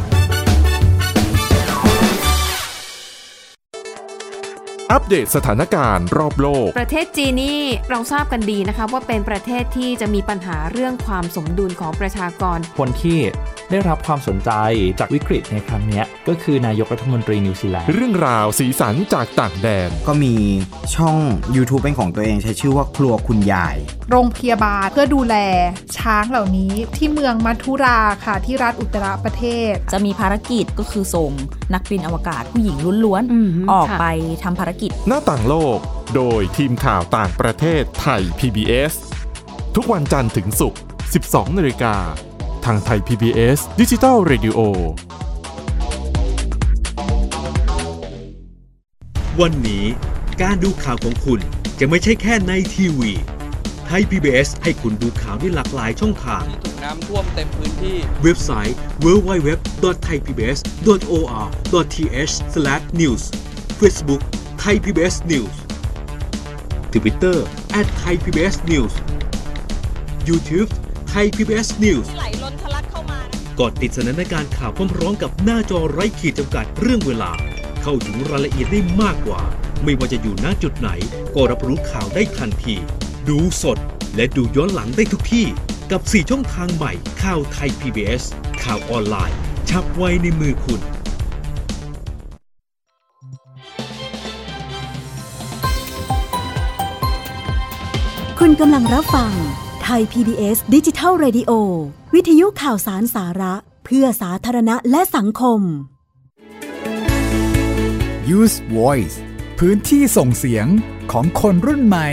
อัปเดตสถานการณ์รอบโลกประเทศจีนนี่เราทราบกันดีนะคะว่าเป็นประเทศที่จะมีปัญหาเรื่องความสมดุลของประชากรคนที่ได้รับความสนใจจากวิกฤตในครั้งนี้ก็คือนายกรัฐมนตรีนิวซีแลนด์เรื่องราวสีสันจากต่างแดนก็มีช่อง YouTube เป็นของตัวเองใช้ชื่อว่าครัวคุณยายโรงพยาบาลเพื่อดูแลช้างเหล่านี้ที่เมืองมัทุราค่ะที่รัฐอุตตรประเทศจะมีภารกิจก็คือส่งนักบินอวกาศผู้หญิงล้วนๆออกไปทำภารกิจหน้าต่างโลกโดยทีมข่าวต่างประเทศไทย พี บี เอส ทุกวันจันทร์ถึงศุกร์ สิบสองนาฬิกาทางไทย พี บี เอส Digital Radio วันนี้การดูข่าวของคุณจะไม่ใช่แค่ในทีวีไทไทย พี บี เอส ให้คุณดูข่าวได้หลากหลายช่องทางถูกน้ำท่วมเต็มพื้นที่เว็บไซต์ ดับเบิลยู ดับเบิลยู ดับเบิลยู ดอท ไทยพีบีเอส ดอท โอ อาร์ ดอท ที เอช สแลช นิวส์ Facebook Thai พี บี เอส News Twitterแอท ไทยพีบีเอสนิวส์ YouTube Thai พี บี เอส News ไหลล้นทะลักเข้ามานะกดติดสนันในการข่าวพร้อมๆกับหน้าจอไร้ขีดจำกัดเรื่องเวลาเข้าถึงรายละเอียดได้มากกว่าไม่ว่าจะอยู่ณจุดไหนก็รับรู้ข่าวได้ทันทีดูสดและดูย้อนหลังได้ทุกที่กับสี่ช่องทางใหม่ข่าวไทย พี บี เอส ข่าวออนไลน์ฉับไวในมือคุณคุณกำลังรับฟังไทย พี บี เอส Digital Radio วิทยุข่าวสารสาระเพื่อสาธารณะและสังคม Use Voice พื้นที่ส่งเสียงของคนรุ่นใหม่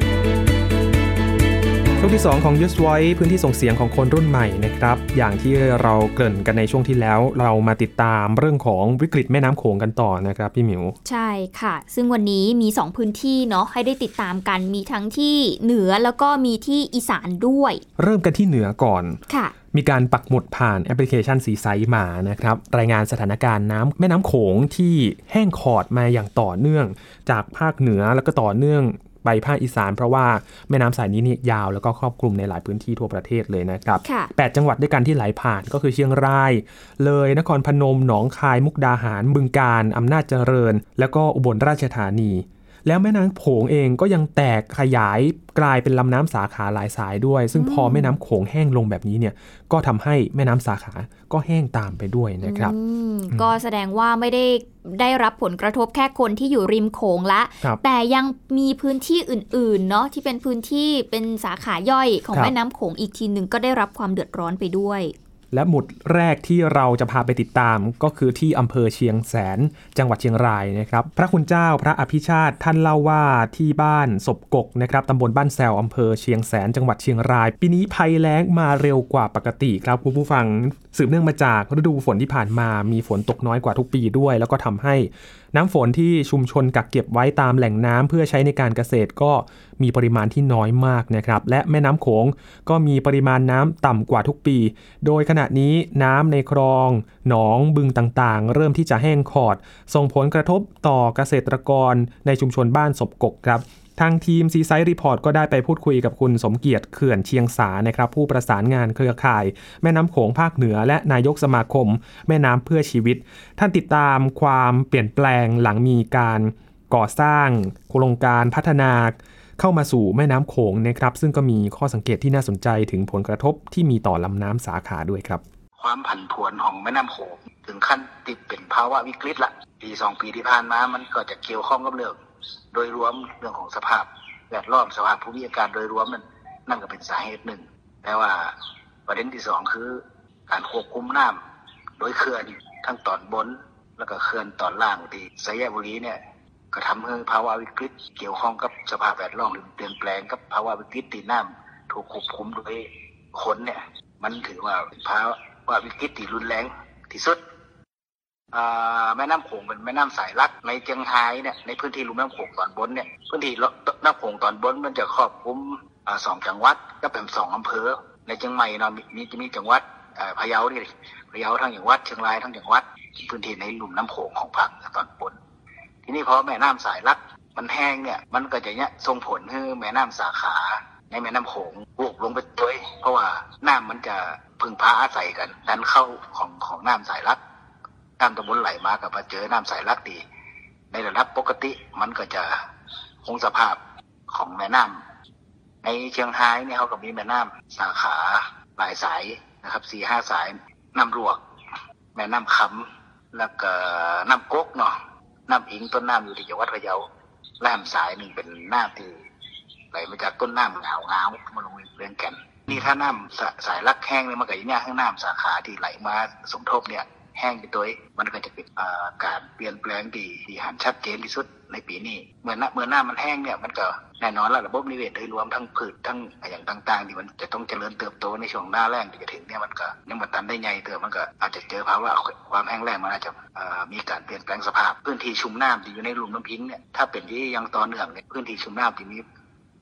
ช่วงที่สองของ Use Voice พื้นที่ส่งเสียงของคนรุ่นใหม่นะครับอย่างที่เราเกริ่นกันในช่วงที่แล้วเรามาติดตามเรื่องของวิกฤตแม่น้ำโขงกันต่อนะครับพี่หมิวใช่ค่ะซึ่งวันนี้มีสองพื้นที่เนาะให้ได้ติดตามกันมีทั้งที่เหนือแล้วก็มีที่อีสานด้วยเริ่มกันที่เหนือก่อนค่ะมีการปักหมุดผ่านแอปพลิเคชันสีไซส์มานะครับรายงานสถานการณ์น้ำแม่น้ำโขงที่แห้งขอดมาอย่างต่อเนื่องจากภาคเหนือแล้วก็ต่อเนื่องไปภาคอีสานเพราะว่าแม่น้ำสายนี้เนี่ยยาวแล้วก็ครอบคลุมในหลายพื้นที่ทั่วประเทศเลยนะครับแปดจังหวัดด้วยกันที่ไหลผ่านก็คือเชียงรายเลยนครพนมหนองคายมุกดาหารบึงกาฬอำนาจเจริญแล้วก็อุบลราชธานีแล้วแม่น้ำโขงเองก็ยังแตกขยายกลายเป็นลำน้ำสาขาหลายสายด้วยซึ่งพอแม่น้ำโขงแห้งลงแบบนี้เนี่ยก็ทำให้แม่น้ำสาขาก็แห้งตามไปด้วยนะครับก็แสดงว่าไม่ได้ได้รับผลกระทบแค่คนที่อยู่ริมโขงละแต่ยังมีพื้นที่อื่นๆเนาะที่เป็นพื้นที่เป็นสาขาย่อยของแม่น้ำโขงอีกทีหนึ่งก็ได้รับความเดือดร้อนไปด้วยและหมุดแรกที่เราจะพาไปติดตามก็คือที่อำเภอเชียงแสนจังหวัดเชียงรายนะครับพระคุณเจ้าพระอภิชาติท่านเล่าว่าที่บ้านศพกกนะครับตำบลบ้านแซวอำเภอเชียงแสนจังหวัดเชียงรายปีนี้ภัยแล้งมาเร็วกว่าปกติครับคุณผู้ฟังสืบเนื่องมาจากฤดูฝนที่ผ่านมามีฝนตกน้อยกว่าทุกปีด้วยแล้วก็ทำให้น้ำฝนที่ชุมชนกักเก็บไว้ตามแหล่งน้ำเพื่อใช้ในการเกษตรก็มีปริมาณที่น้อยมากนะครับและแม่น้ำโขงก็มีปริมาณน้ำต่ำกว่าทุกปีโดยขณะนี้น้ำในคลองหนองบึงต่างๆเริ่มที่จะแห้งขอดส่งผลกระทบต่อเกษตรกรในชุมชนบ้านศพกกครับทางทีมซีไซด์รีพอร์ตก็ได้ไปพูดคุยกับคุณสมเกียรติเขื่อนเชียงสานะครับผู้ประสานงานเครือข่ายแม่น้ำโขงภาคเหนือและนายกสมาคมแม่น้ำเพื่อชีวิตท่านติดตามความเปลี่ยนแปลงหลังมีการก่อสร้างโครงการพัฒนาเข้ามาสู่แม่น้ำโขงนะครับซึ่งก็มีข้อสังเกตที่น่าสนใจถึงผลกระทบที่มีต่อลำน้ำสาขาด้วยครับความผันผวนของแม่น้ำโขงถึงขั้นติดเป็นภาวะวิกฤตละปีสองปีที่ผ่านมามันก็จะเกี่ยวข้องกับเรื่องโดยรวมเรื่องของสภาพแวดล้อมสภาพภูมิอากาศโดยรวมนั่นนั่นก็เป็นสาเหตุหนึ่งแต่ว่าประเด็นที่สองคือการควบคุมน้ำโดยเขื่อนทั้งตอนบนแล้วก็เขื่อนตอนล่างที่สระบุรีเนี่ยก็ทำให้ภาวะวิกฤตเกี่ยวข้องกับสภาพแวดล้อมหรือเปลี่ยนแปลงกับภาวะวิกฤตที่น้ำถูกควบคุมโดยคนเนี่ยมันถือว่าเป็นภาวะวิกฤตที่รุนแรงที่สุดแม่น้ำโขงเป็นแม่น้ำสายหลักในเชียงรายเนี่ยในพื้นที่ลุ่มน้ำโขงตอนบนเนี่ยพื้นที่น้ำโขงตอนบนมันจะครอบคลุมสองจังหวัดก็เป็นสองอำเภอในเชียงใหม่เนาะมีจะมีจังหวัดพะเยานี่พะเยาทั้งจังหวัดเชียงรายทั้งจังหวัดพื้นที่ในลุ่มน้ำโขงของภาคตอนบนทีนี้พอแม่น้ำสายหลักมันแห้งเนี่ยมันก็จะเนี่ยส่งผลให้แม่น้ำสาขาในแม่น้ำโขงบวกลงไปด้วยเพราะว่าน้ำมันจะพึ่งพาอาศัยกันดันเข้าของของน้ำสายหลักน้ำตะบนไหลมากับมาเจอน้ำสายหลักดีในระดับปกติมันก็จะคงสภาพของแม่น้ำในเชียงรายเนี่ยเขาก็มีแม่น้ำสาขาหลายสายนะครับสี่ห้าสายน้ำรวกแม่น้ำคำแล้วก็น้ำก๊กเนาะน้ำอิงต้นน้ำอยู่ที่จังหวัดพะเยาแล่มสายหนึ่งเป็นน้ำที่ไหลมาจากต้นน้ำเหงาเงามาลงเรื่องกันนี่ถ้าน้ำสายลักแห้งเนี่ยมันก็อย่างเงี้ยข้างน้ำสาขาที่ไหลมาสมทบเนี่ยแห้งไปตัวมันก็จะเป็นการเปลี่ยนแปลงดีที่หันชัดเจนที่สุดในปีนี้เมื่อเมื่อหน้ามันแห้งเนี่ยมันก็แน่นอนแล้วระบบนิเวศโดยรวมทั้งพืชทั้งอย่างต่างๆที่มันจะต้องเจริญเติบโตในช่วงหน้าแล้งที่จะถึงเนี่ยมันก็ยังมันตันได้ใหญ่เติมมันก็อาจจะเจอภาวะความแห้งแล้งมันอาจจะมีการเปลี่ยนแปลงสภาพพื้นที่ชุ่มน้ำที่อยู่ในลุ่มน้ำพิงเนี่ยถ้าเป็นที่ยังต่อเนื่องเนี่ยพื้นที่ชุ่มน้ำที่มี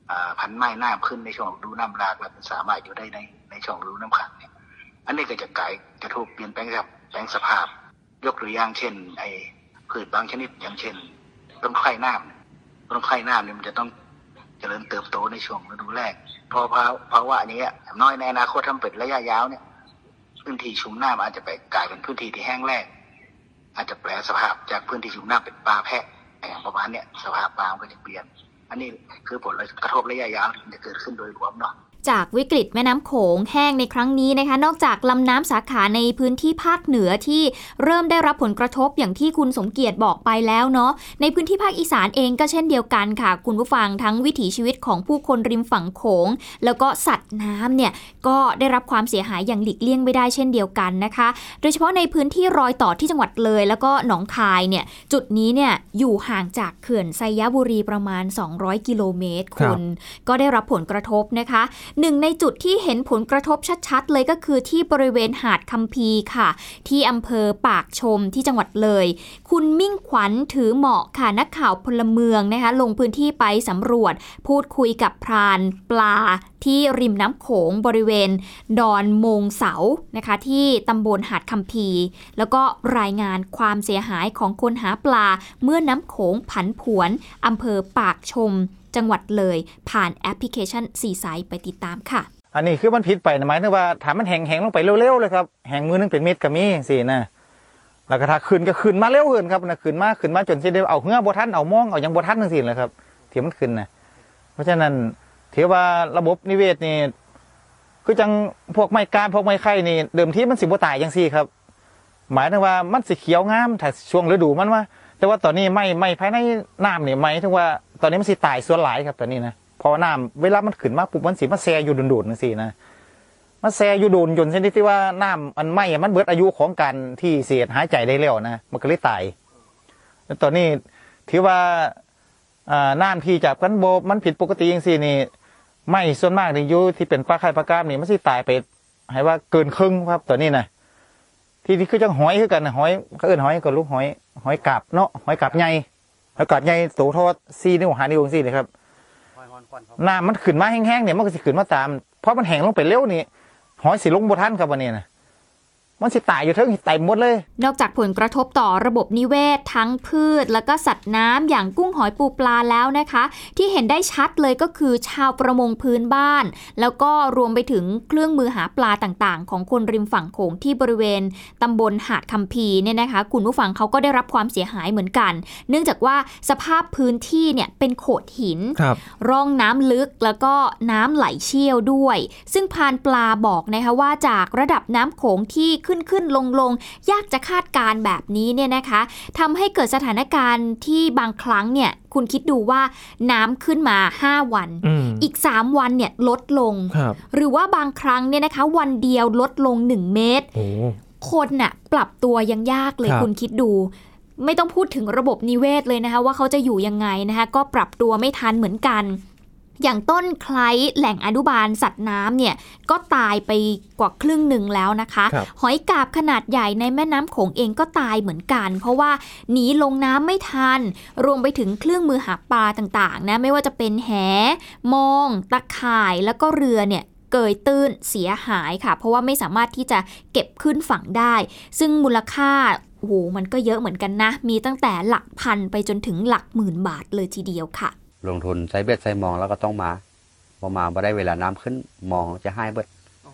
พันไม้น้ำขึ้นในช่วงฤดูน้ำหลากและสามารถอยู่ได้ในในช่วงฤดูน้ำขังเนี่ยอันนี้ก็จะกลายกระทบเปลี่ยนแปลงครับแปลงสภาพยกตัวอย่างเช่นไอ้พืชบางชนิดอย่างเช่นต้นไคร่น้ำต้นไคร่น้ำเนี่ยมันจะต้องเจริญเติบโตในช่วงฤดูแรกพอภาวะนี้อย่างน้อยในอนาคตทำเป็นระยะยาวเนี่ยพื้นที่ชุ่มน้ำอาจจะไปกลายเป็นพื้นที่ที่แห้งแล้งอาจจะแปลสภาพจากพื้นที่ชุ่มน้ำเป็นป่าแพะอย่างประมาณเนี้ยสภาพป่ามันก็จะเปลี่ยนอันนี้คือผลกระทบระยะยาวที่จะเกิดขึ้นโดยรวมเนาะจากวิกฤตแม่น้ำโขงแห้งในครั้งนี้นะคะนอกจากลำน้ำสาขาในพื้นที่ภาคเหนือที่เริ่มได้รับผลกระทบอย่างที่คุณสมเกียรติบอกไปแล้วเนาะในพื้นที่ภาคอีสานเองก็เช่นเดียวกันค่ะคุณผู้ฟังทั้งวิถีชีวิตของผู้คนริมฝั่งโขงแล้วก็สัตว์น้ำเนี่ยก็ได้รับความเสียหายอย่างหลีกเลี่ยงไม่ได้เช่นเดียวกันนะคะโดยเฉพาะในพื้นที่รอยต่อที่จังหวัดเลยแล้วก็หนองคายเนี่ยจุดนี้เนี่ยอยู่ห่างจากเขื่อนไซยบุรีประมาณสองร้อยกิโลเมตรคุณก็ได้รับผลกระทบนะคะหนึ่งในจุดที่เห็นผลกระทบชัดๆเลยก็คือที่บริเวณหาดคัมภีร์ค่ะที่อำเภอปากชมที่จังหวัดเลยคุณมิ่งขวัญถือเหมาะค่ะนักข่าวพลเมืองนะคะลงพื้นที่ไปสำรวจพูดคุยกับพรานปลาที่ริมน้ำโขงบริเวณดอนโมงเสานะคะที่ตำบลหาดคัมภีร์แล้วก็รายงานความเสียหายของคนหาปลาเมื่อน้ำโขงผันผวนอำเภอปากชมจังหวัดเลยผ่านแอปพลิเคชันซีไซต์ไปติดตามค่ะอันนี้คือมันผิดไปนะหมายถึงว่าถามมันแห้งๆลงไปเร็วๆเลยครับแห้งมือนึงเป็นเม็ดก็มีสินะแล้วก็ถ้าขึ้นก็ขึ้นมาเร็วขึ้นครับนะขึ้นมาขึ้นมาจนสิได้เอาเหือบ่ทันเอามองเอายังบ่ทันจังซี่เลยครับที่มันขึ้นนะเพราะฉะนั้นถือว่าระบบนิเวศนี่คือจังพวกไม้ก้านพวกไม้ไข่นี่เดิมทีมันสิบ่ตายจังซี่ครับหมายถึงว่ามันสิเขียวงามถ้าช่วงฤดูมันว่าแต่ว่าตอนนี้ไม้ไม้ภายในน้ำนี่หมายถึงว่าตอนนี้มันสิตายส่วนหลายครับตอนนี้นะพอน้ำเวลามันขึ้นมาปุ๊บมันสิมาแซ่อยู่โดนๆจังซี่นะมาแซ่อยู่โดนจนชนิดที่ว่าน้ำมันไหม้มันเบิดอายุของการที่เสียหายใจได้แล้วนะมันก็เลยตายแล้วตอนนี้ถือว่าอ่าน้ำที่จากกันโบมันผิดปกติจังซี่นี่ไหม้ส่วนมากนี่อยู่ที่เป็นปลาไข่ปลากรามนี่มันสิตายไปให้ว่าเกินครึ่งครับตอนนี้นะที่ที่คือจังหอยคือกันหอยเขาเอิ้นหอยก็ลูกหอยหอยกาบเนาะหอยกาบใหญ่หอยกาบใหญ่โตเท่าสี่นิ้วห้านิ้วจังซี่เลยครับน้ำมันขึ้นมาแห้งๆเนี่ยมันก็สิขึ้นมาตามเพราะมันแห้งลงไปเร็วนี่หอยสิลงบ่ทันครับวันนี้นะมันสิตายอยู่เทิงตายหมดเลยนอกจากผลกระทบต่อระบบนิเวศทั้งพืชแล้วก็สัตว์น้ำอย่างกุ้งหอยปูปลาแล้วนะคะที่เห็นได้ชัดเลยก็คือชาวประมงพื้นบ้านแล้วก็รวมไปถึงเครื่องมือหาปลาต่างๆของคนริมฝั่งโขงที่บริเวณตำบลหาดคัมภีร์เนี่ยนะคะคุณผู้ฟังเขาก็ได้รับความเสียหายเหมือนกันเนื่องจากว่าสภาพพื้นที่เนี่ยเป็นโขดหินร่องน้ำลึกแล้วก็น้ำไหลเชี่ยวด้วยซึ่งพรานปลาบอกนะคะว่าจากระดับน้ำโขงที่ขึ้นขึ้นลงลงยากจะคาดการแบบนี้เนี่ยนะคะทำให้เกิดสถานการณ์ที่บางครั้งเนี่ยคุณคิดดูว่าน้ำขึ้นมาห้าวันออีกสามวันเนี่ยลดลงหรือว่าบางครั้งเนี่ยนะคะวันเดียวลดลงหนึ่งเมตรคนน่ะปรับตัวยังยากเลยคุณคิดดูไม่ต้องพูดถึงระบบนิเวศเลยนะคะว่าเขาจะอยู่ยังไงนะคะก็ปรับตัวไม่ทันเหมือนกันอย่างต้นไคล้แหล่งอนุบาลสัตว์น้ำเนี่ยก็ตายไปกว่าครึ่งหนึ่งแล้วนะคะหอยกาบขนาดใหญ่ในแม่น้ำโขงเองก็ตายเหมือนกันเพราะว่าหนีลงน้ำไม่ทันรวมไปถึงเครื่องมือหาปลาต่างๆนะไม่ว่าจะเป็นแหมองตะข่ายแล้วก็เรือเนี่ยเกยตื้นเสียหายค่ะเพราะว่าไม่สามารถที่จะเก็บขึ้นฝั่งได้ซึ่งมูลค่าโอ้โหมันก็เยอะเหมือนกันนะมีตั้งแต่หลักพันไปจนถึงหลักหมื่นบาทเลยทีเดียวค่ะลงทุนใส่เบ็ดใส่มองแล้วก็ต้องมาพอมาบ่ได้เวลาน้ำขึ้นมองจะให้เบิด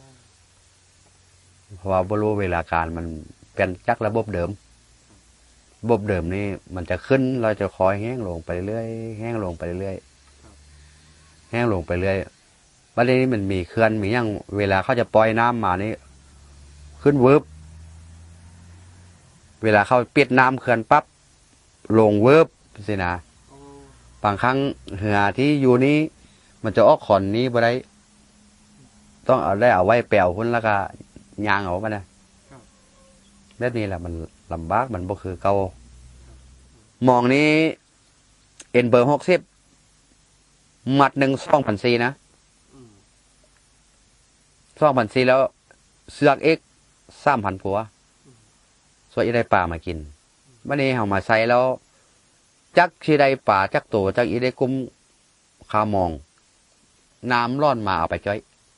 เพราะว่าบ่รู้เวลาการมันเป็นจักระบบเดิมระบบเดิมนี่มันจะขึ้นเราจะคอยแห้งลงไปเรื่อยแห้งลงไปเรื่อยแห้งลงไปเรื่อยบัดนี้มันมีเขื่อนมีอย่างเวลาเขาจะปล่อยน้ำมานี่ขึ้นเวิบเวลาเขาปิดน้ำเขื่อนปั๊บลงเวิบสินะบางครั้งเหือที่อยู่นี้มันจะออกขอนนี้บ่ได้ต้องเอาได้เอาไว้แปลวพุ่นแล้วก็ยางเอามานะแบบนี้แหละมันลำบากมันบ่คือเก่ามองนี้เอ็นเบอร์หกสิบมัดหนึ่งสองพันสี่นะสองพันสี่แล้วเสือกเอ็กสามพันผัวส่วนอีได้ปลามากินวันนี้เอามาใส่แล้วจักชีได้ป่าจักโตจักอีได้กุ้มคามองน้ำร่อนมาเอาไปจ้อย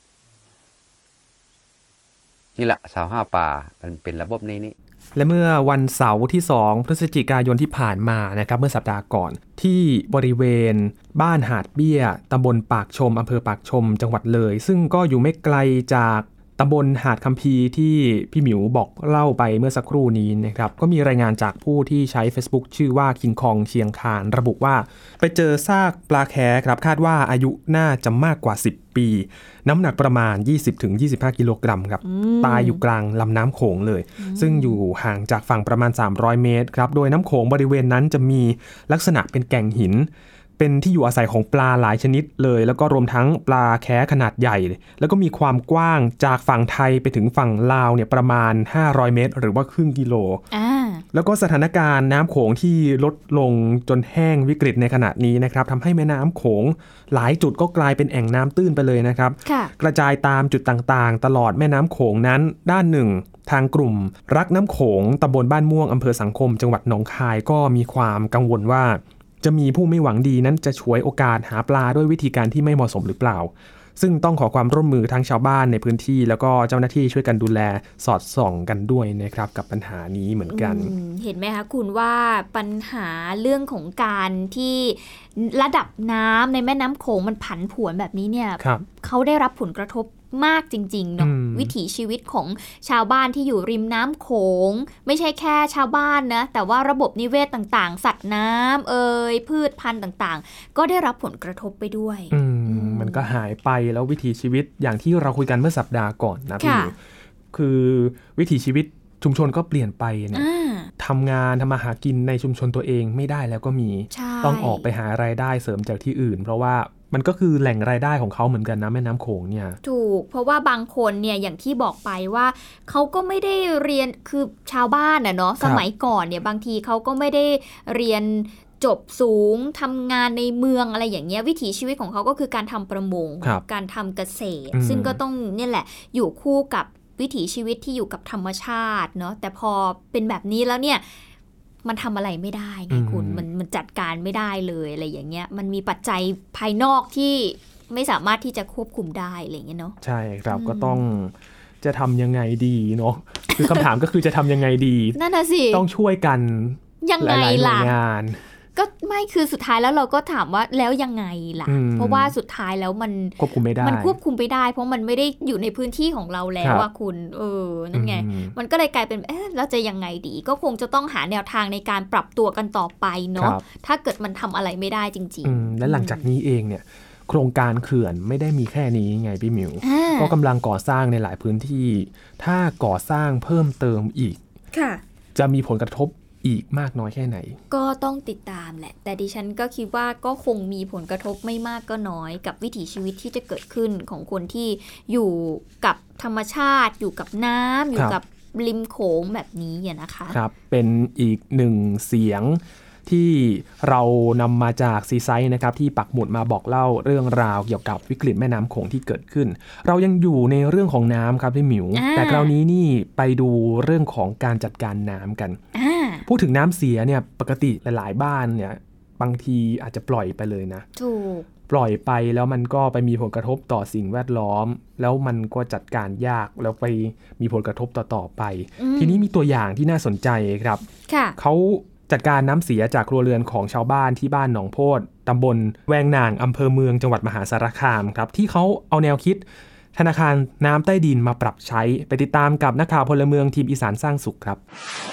นี่แหละสาวห้าป่ามันเป็นระบบนี้นี่และเมื่อวันเสาร์ที่สองพฤศจิกายนที่ผ่านมานะครับเมื่อสัปดาห์ก่อนที่บริเวณบ้านหาดเบี้ยตำบลปากชมอำเภอปากชมจังหวัดเลยซึ่งก็อยู่ไม่ไกลจากตำบลหาดคัมภีร์ที่พี่หมิวบอกเล่าไปเมื่อสักครู่นี้นะครับก็มีรายงานจากผู้ที่ใช้ Facebook ชื่อว่าคิงคองเชียงคานระบุว่าไปเจอซากปลาแคครับคาดว่าอายุน่าจะมากกว่าสิบปีน้ำหนักประมาณ ยี่สิบถึงยี่สิบห้า กิโลกรัมครับตายอยู่กลางลำน้ำโขงเลยซึ่งอยู่ห่างจากฝั่งประมาณสามร้อยเมตรครับโดยน้ำโขงบริเวณนั้นจะมีลักษณะเป็นแก่งหินเป็นที่อยู่อาศัยของปลาหลายชนิดเลยแล้วก็รวมทั้งปลาแค้ขนาดใหญ่แล้วก็มีความกว้างจากฝั่งไทยไปถึงฝั่งลาวเนี่ยประมาณห้าร้อยเมตรหรือว่าครึ่งกิโลแล้วก็สถานการณ์น้ำโขงที่ลดลงจนแห้งวิกฤตในขณะนี้นะครับทำให้แม่น้ำโขงหลายจุดก็กลายเป็นแอ่งน้ำตื้นไปเลยนะครับกระจายตามจุดต่างๆตลอดแม่น้ำโขงนั้นด้านหนึ่งทางกลุ่มรักน้ำโขงตำบลบ้านม่วงอำเภอสังคมจังหวัดหนองคายก็มีความกังวลว่าจะมีผู้ไม่หวังดีนั้นจะฉวยโอกาสหาปลาด้วยวิธีการที่ไม่เหมาะสมหรือเปล่าซึ่งต้องขอความร่วมมือทั้งชาวบ้านในพื้นที่แล้วก็เจ้าหน้าที่ช่วยกันดูแลสอดส่องกันด้วยนะครับกับปัญหานี้เหมือนกันเห็นไหมคะคุณว่าปัญหาเรื่องของการที่ระดับน้ำในแม่น้ำโขงมันผันผวนแบบนี้เนี่ยเขาได้รับผลกระทบมากจริงๆเนาะวิถีชีวิตของชาวบ้านที่อยู่ริมน้ำโขงไม่ใช่แค่ชาวบ้านนะแต่ว่าระบบนิเวศต่างๆสัตว์น้ำเอ่ยพืชพันธุ์ต่างๆก็ได้รับผลกระทบไปด้วยมันก็หายไปแล้ววิถีชีวิตอย่างที่เราคุยกันเมื่อสัปดาห์ก่อนนะพี่คือวิถีชีวิตชุมชนก็เปลี่ยนไปเนี่ยทำงานทำมาหากินในชุมชนตัวเองไม่ได้แล้วก็มีต้องออกไปหารายได้เสริมจากที่อื่นเพราะว่ามันก็คือแหล่งรายได้ของเขาเหมือนกันนะแม่น้ำโขงเนี่ยถูกเพราะว่าบางคนเนี่ยอย่างที่บอกไปว่าเขาก็ไม่ได้เรียนคือชาวบ้านน่ะเนาะสมัยก่อนเนี่ยบางทีเขาก็ไม่ได้เรียนจบสูงทำงานในเมืองอะไรอย่างเงี้ยวิถีชีวิตของเขาก็คือการทำประมงการทำเกษตรซึ่งก็ต้องเนี่ยแหละอยู่คู่กับวิถีชีวิตที่อยู่กับธรรมชาติเนาะแต่พอเป็นแบบนี้แล้วเนี่ยมันทำอะไรไม่ได้ไงคุณมันมันจัดการไม่ได้เลยอะไรอย่างเงี้ยมันมีปัจจัยภายนอกที่ไม่สามารถที่จะควบคุมได้อะไรอย่างเงี้ยเนาะใช่ครับก็ต้องจะทำยังไงดีเนาะคือคำถามก็คือจะทำยังไงดีนั่นน่ะสิต้องช่วยกันยังไงล่ะก็ไม่คือสุดท้ายแล้วเราก็ถามว่าแล้วยังไงล่ะเพราะว่าสุดท้ายแล้วมันควบคุมไม่ได้มันควบคุมไม่ได้เพราะมันไม่ได้อยู่ในพื้นที่ของเราแล้วว่าคุณเออนั่นไงมันก็เลยกลายเป็นเอ๊ะแล้วจะยังไงดีก็คงจะต้องหาแนวทางในการปรับตัวกันต่อไปเนาะถ้าเกิดมันทำอะไรไม่ได้จริงๆและหลังจากนี้เองเนี่ยโครงการเขื่อนไม่ได้มีแค่นี้ไงพี่มิวก็กำลังก่อสร้างในหลายพื้นที่ถ้าก่อสร้างเพิ่มเติมอีกจะมีผลกระทบอีกมากน้อยแค่ไหนก็ต้องติดตามแหละแต่ดิฉันก็คิดว่าก็คงมีผลกระทบไม่มากก็น้อยกับวิถีชีวิตที่จะเกิดขึ้นของคนที่อยู่กับธรรมชาติอยู่กับน้ำอยู่กับริมโขงแบบนี้นะคะครับเป็นอีกหนึ่งเสียงที่เรานำมาจากซีไซต์นะครับที่ปักหมุดมาบอกเล่าเรื่องราวเกี่ยวกับวิกฤตแม่น้ำโขงที่เกิดขึ้นเรายังอยู่ในเรื่องของน้ำครับพี่หมิวแต่คราวนี้นี่ไปดูเรื่องของการจัดการน้ำกันพูดถึงน้ำเสียเนี่ยปกติหลายๆบ้านเนี่ยบางทีอาจจะปล่อยไปเลยนะถูกปล่อยไปแล้วมันก็ไปมีผลกระทบต่อสิ่งแวดล้อมแล้วมันก็จัดการยากแล้วไปมีผลกระทบต่อๆไปทีนี้มีตัวอย่างที่น่าสนใจครับเขาจัดการน้ำเสียจากครัวเรือนของชาวบ้านที่บ้านหนองโพธิ์ตำบลแวงนางอำเภอเมืองจังหวัดมหาสารคามครับที่เขาเอาแนวคิดธนาคารน้ำใต้ดินมาปรับใช้ไปติดตามกับนักข่าวพลเมืองทีมอีสานสร้างสุขครับ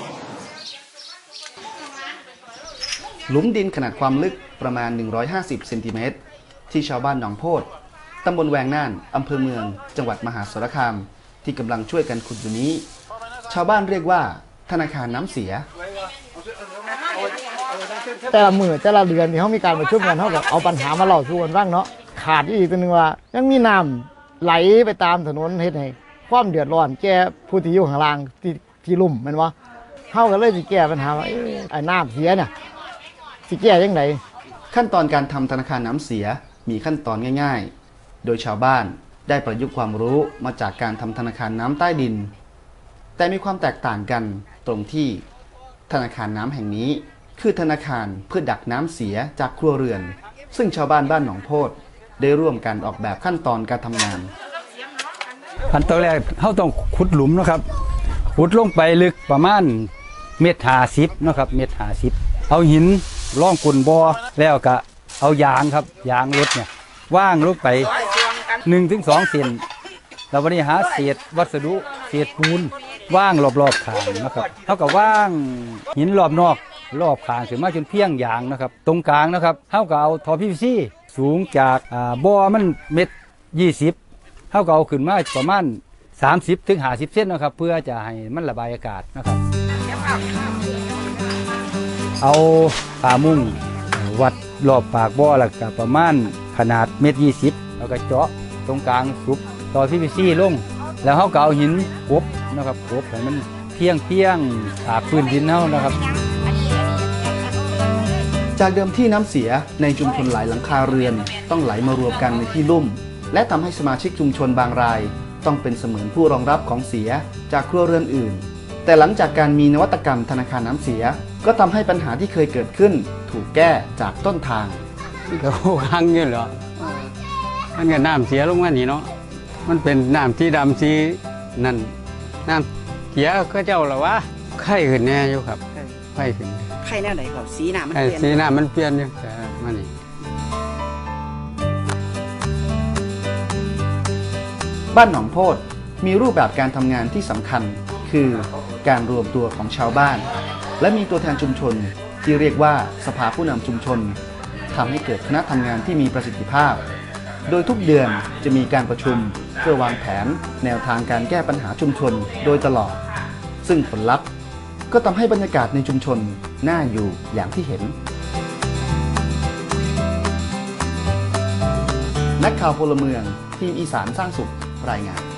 หลุมดินขนาดความลึกประมาณหนึ่งร้อยห้าสิบเซนติเมตรที่ชาวบ้านหนองโพธิ์ตำบลแวงน่านอำเภอเมืองจังหวัดมหาสารคามที่กำลังช่วยกันขุดอยู่นี้ชาวบ้านเรียกว่าธนาคารน้ำเสียแต่ละมือแต่ละเดือนที่เขามีการประชุมกันเขาก็เอาปัญหามาเล่าสู่กันฟังเนาะขาดอีกตัวนึงว่ายังมีน้ำไหลไปตามถนนเฮ็ดให้ความเดือดร้อนแก่ผู้ที่อยู่ข้างล่างที่ที่ลุ่มแม่นบ่เฮาก็เลยสิแก้ปัญหาว่าไอ้น้ำเสียเนี่ยสิแก้จังได๋ขั้นตอนการทำธนาคารน้ำเสียมีขั้นตอนง่ายๆโดยชาวบ้านได้ประยุกต์ความรู้มาจากการทำธนาคารน้ำใต้ดินแต่มีความแตกต่างกันตรงที่ธนาคารน้ำแห่งนี้คือธนาคารเพื่อดักน้ำเสียจากครัวเรือนซึ่งชาวบ้านบ้านหนองโพธิ์ได้ร่วมกันออกแบบขั้นตอนการทำงานขั้นตอนแรกเขาต้องขุดหลุมนะครับขุดลงไปลึกประมาณเมตรห้าสิบนะครับเมตรห้าสิบเอาหินร่องก้นบ่อแล้วก็เอายางครับยางรถเนี่ยว่างลงไปหนึ่งถึงสองเซนแล้ววันนี้หาเศษวัสดุเศษปูนว่างรอบๆขางนะครับเท่ากับว่างหินรอบนอกรอบขางถึงมาจนเพียงยางนะครับตรงกลางนะครับเท่ากับเอาท่อ พี วี ซี สูงจากบ่อมันเมตรยี่สิบเท่ากับเอาขึ้นมาประมาณสามสิบถึงห้าสิบเซนนะครับเพื่อจะให้มันระบายอากาศนะครับเอาผ้ามุ้งวัดรอบปากบ่อแล้วก็ประมาณขนาดเมตรยี่สิบแล้วก็เจาะตรงกลางสุบต่อ พี วี ซี ลงแล้วเขาก็เอาหินกบนะครับกบให้มันเพียงเพียงถากพื้นดินเขานะครับจากเดิมที่น้ำเสียในชุมชนหลายหลังคาเรือนต้องไหลมารวมกันในที่ลุ่มและทำให้สมาชิกชุมชนบางรายต้องเป็นเสมือนผู้รองรับของเสียจากครัวเรือนอื่นแต่หลังจากการมีนวัตกรรมธนาคารน้ำเสียก็ทำให้ปัญหาที่เคยเกิดขึ้นถูกแก้จากต้นทางก็หังอยู่เหรอมันก็น้ำเสียลงมานี่เนาะมันเป็นน้ำที่ดำสีนั่นน้ำเสียก็เจ้าหรอวะไข้ขึ้นแน่อยู่ครับไข้ขึ้นไข้แน่ไหนครับสีน้ำมันเปลี่ยนสีน้ำมันเปลี่ยนอยู่แต่มานี่บ้านหนองโพธิ์มีรูปแบบการทำงานที่สำคัญคือการรวมตัวของชาวบ้านและมีตัวแทนชุมชนที่เรียกว่าสภาผู้นำชุมชนทำให้เกิดคณะทำงานที่มีประสิทธิภาพโดยทุกเดือนจะมีการประชุมเพื่อวางแผนแนวทางการแก้ปัญหาชุมชนโดยตลอดซึ่งผลลัพธ์ก็ทำให้บรรยากาศในชุมชนน่าอยู่อย่างที่เห็นนักข่าวพลเมืองทีมอีสานสร้างสุขรายงาน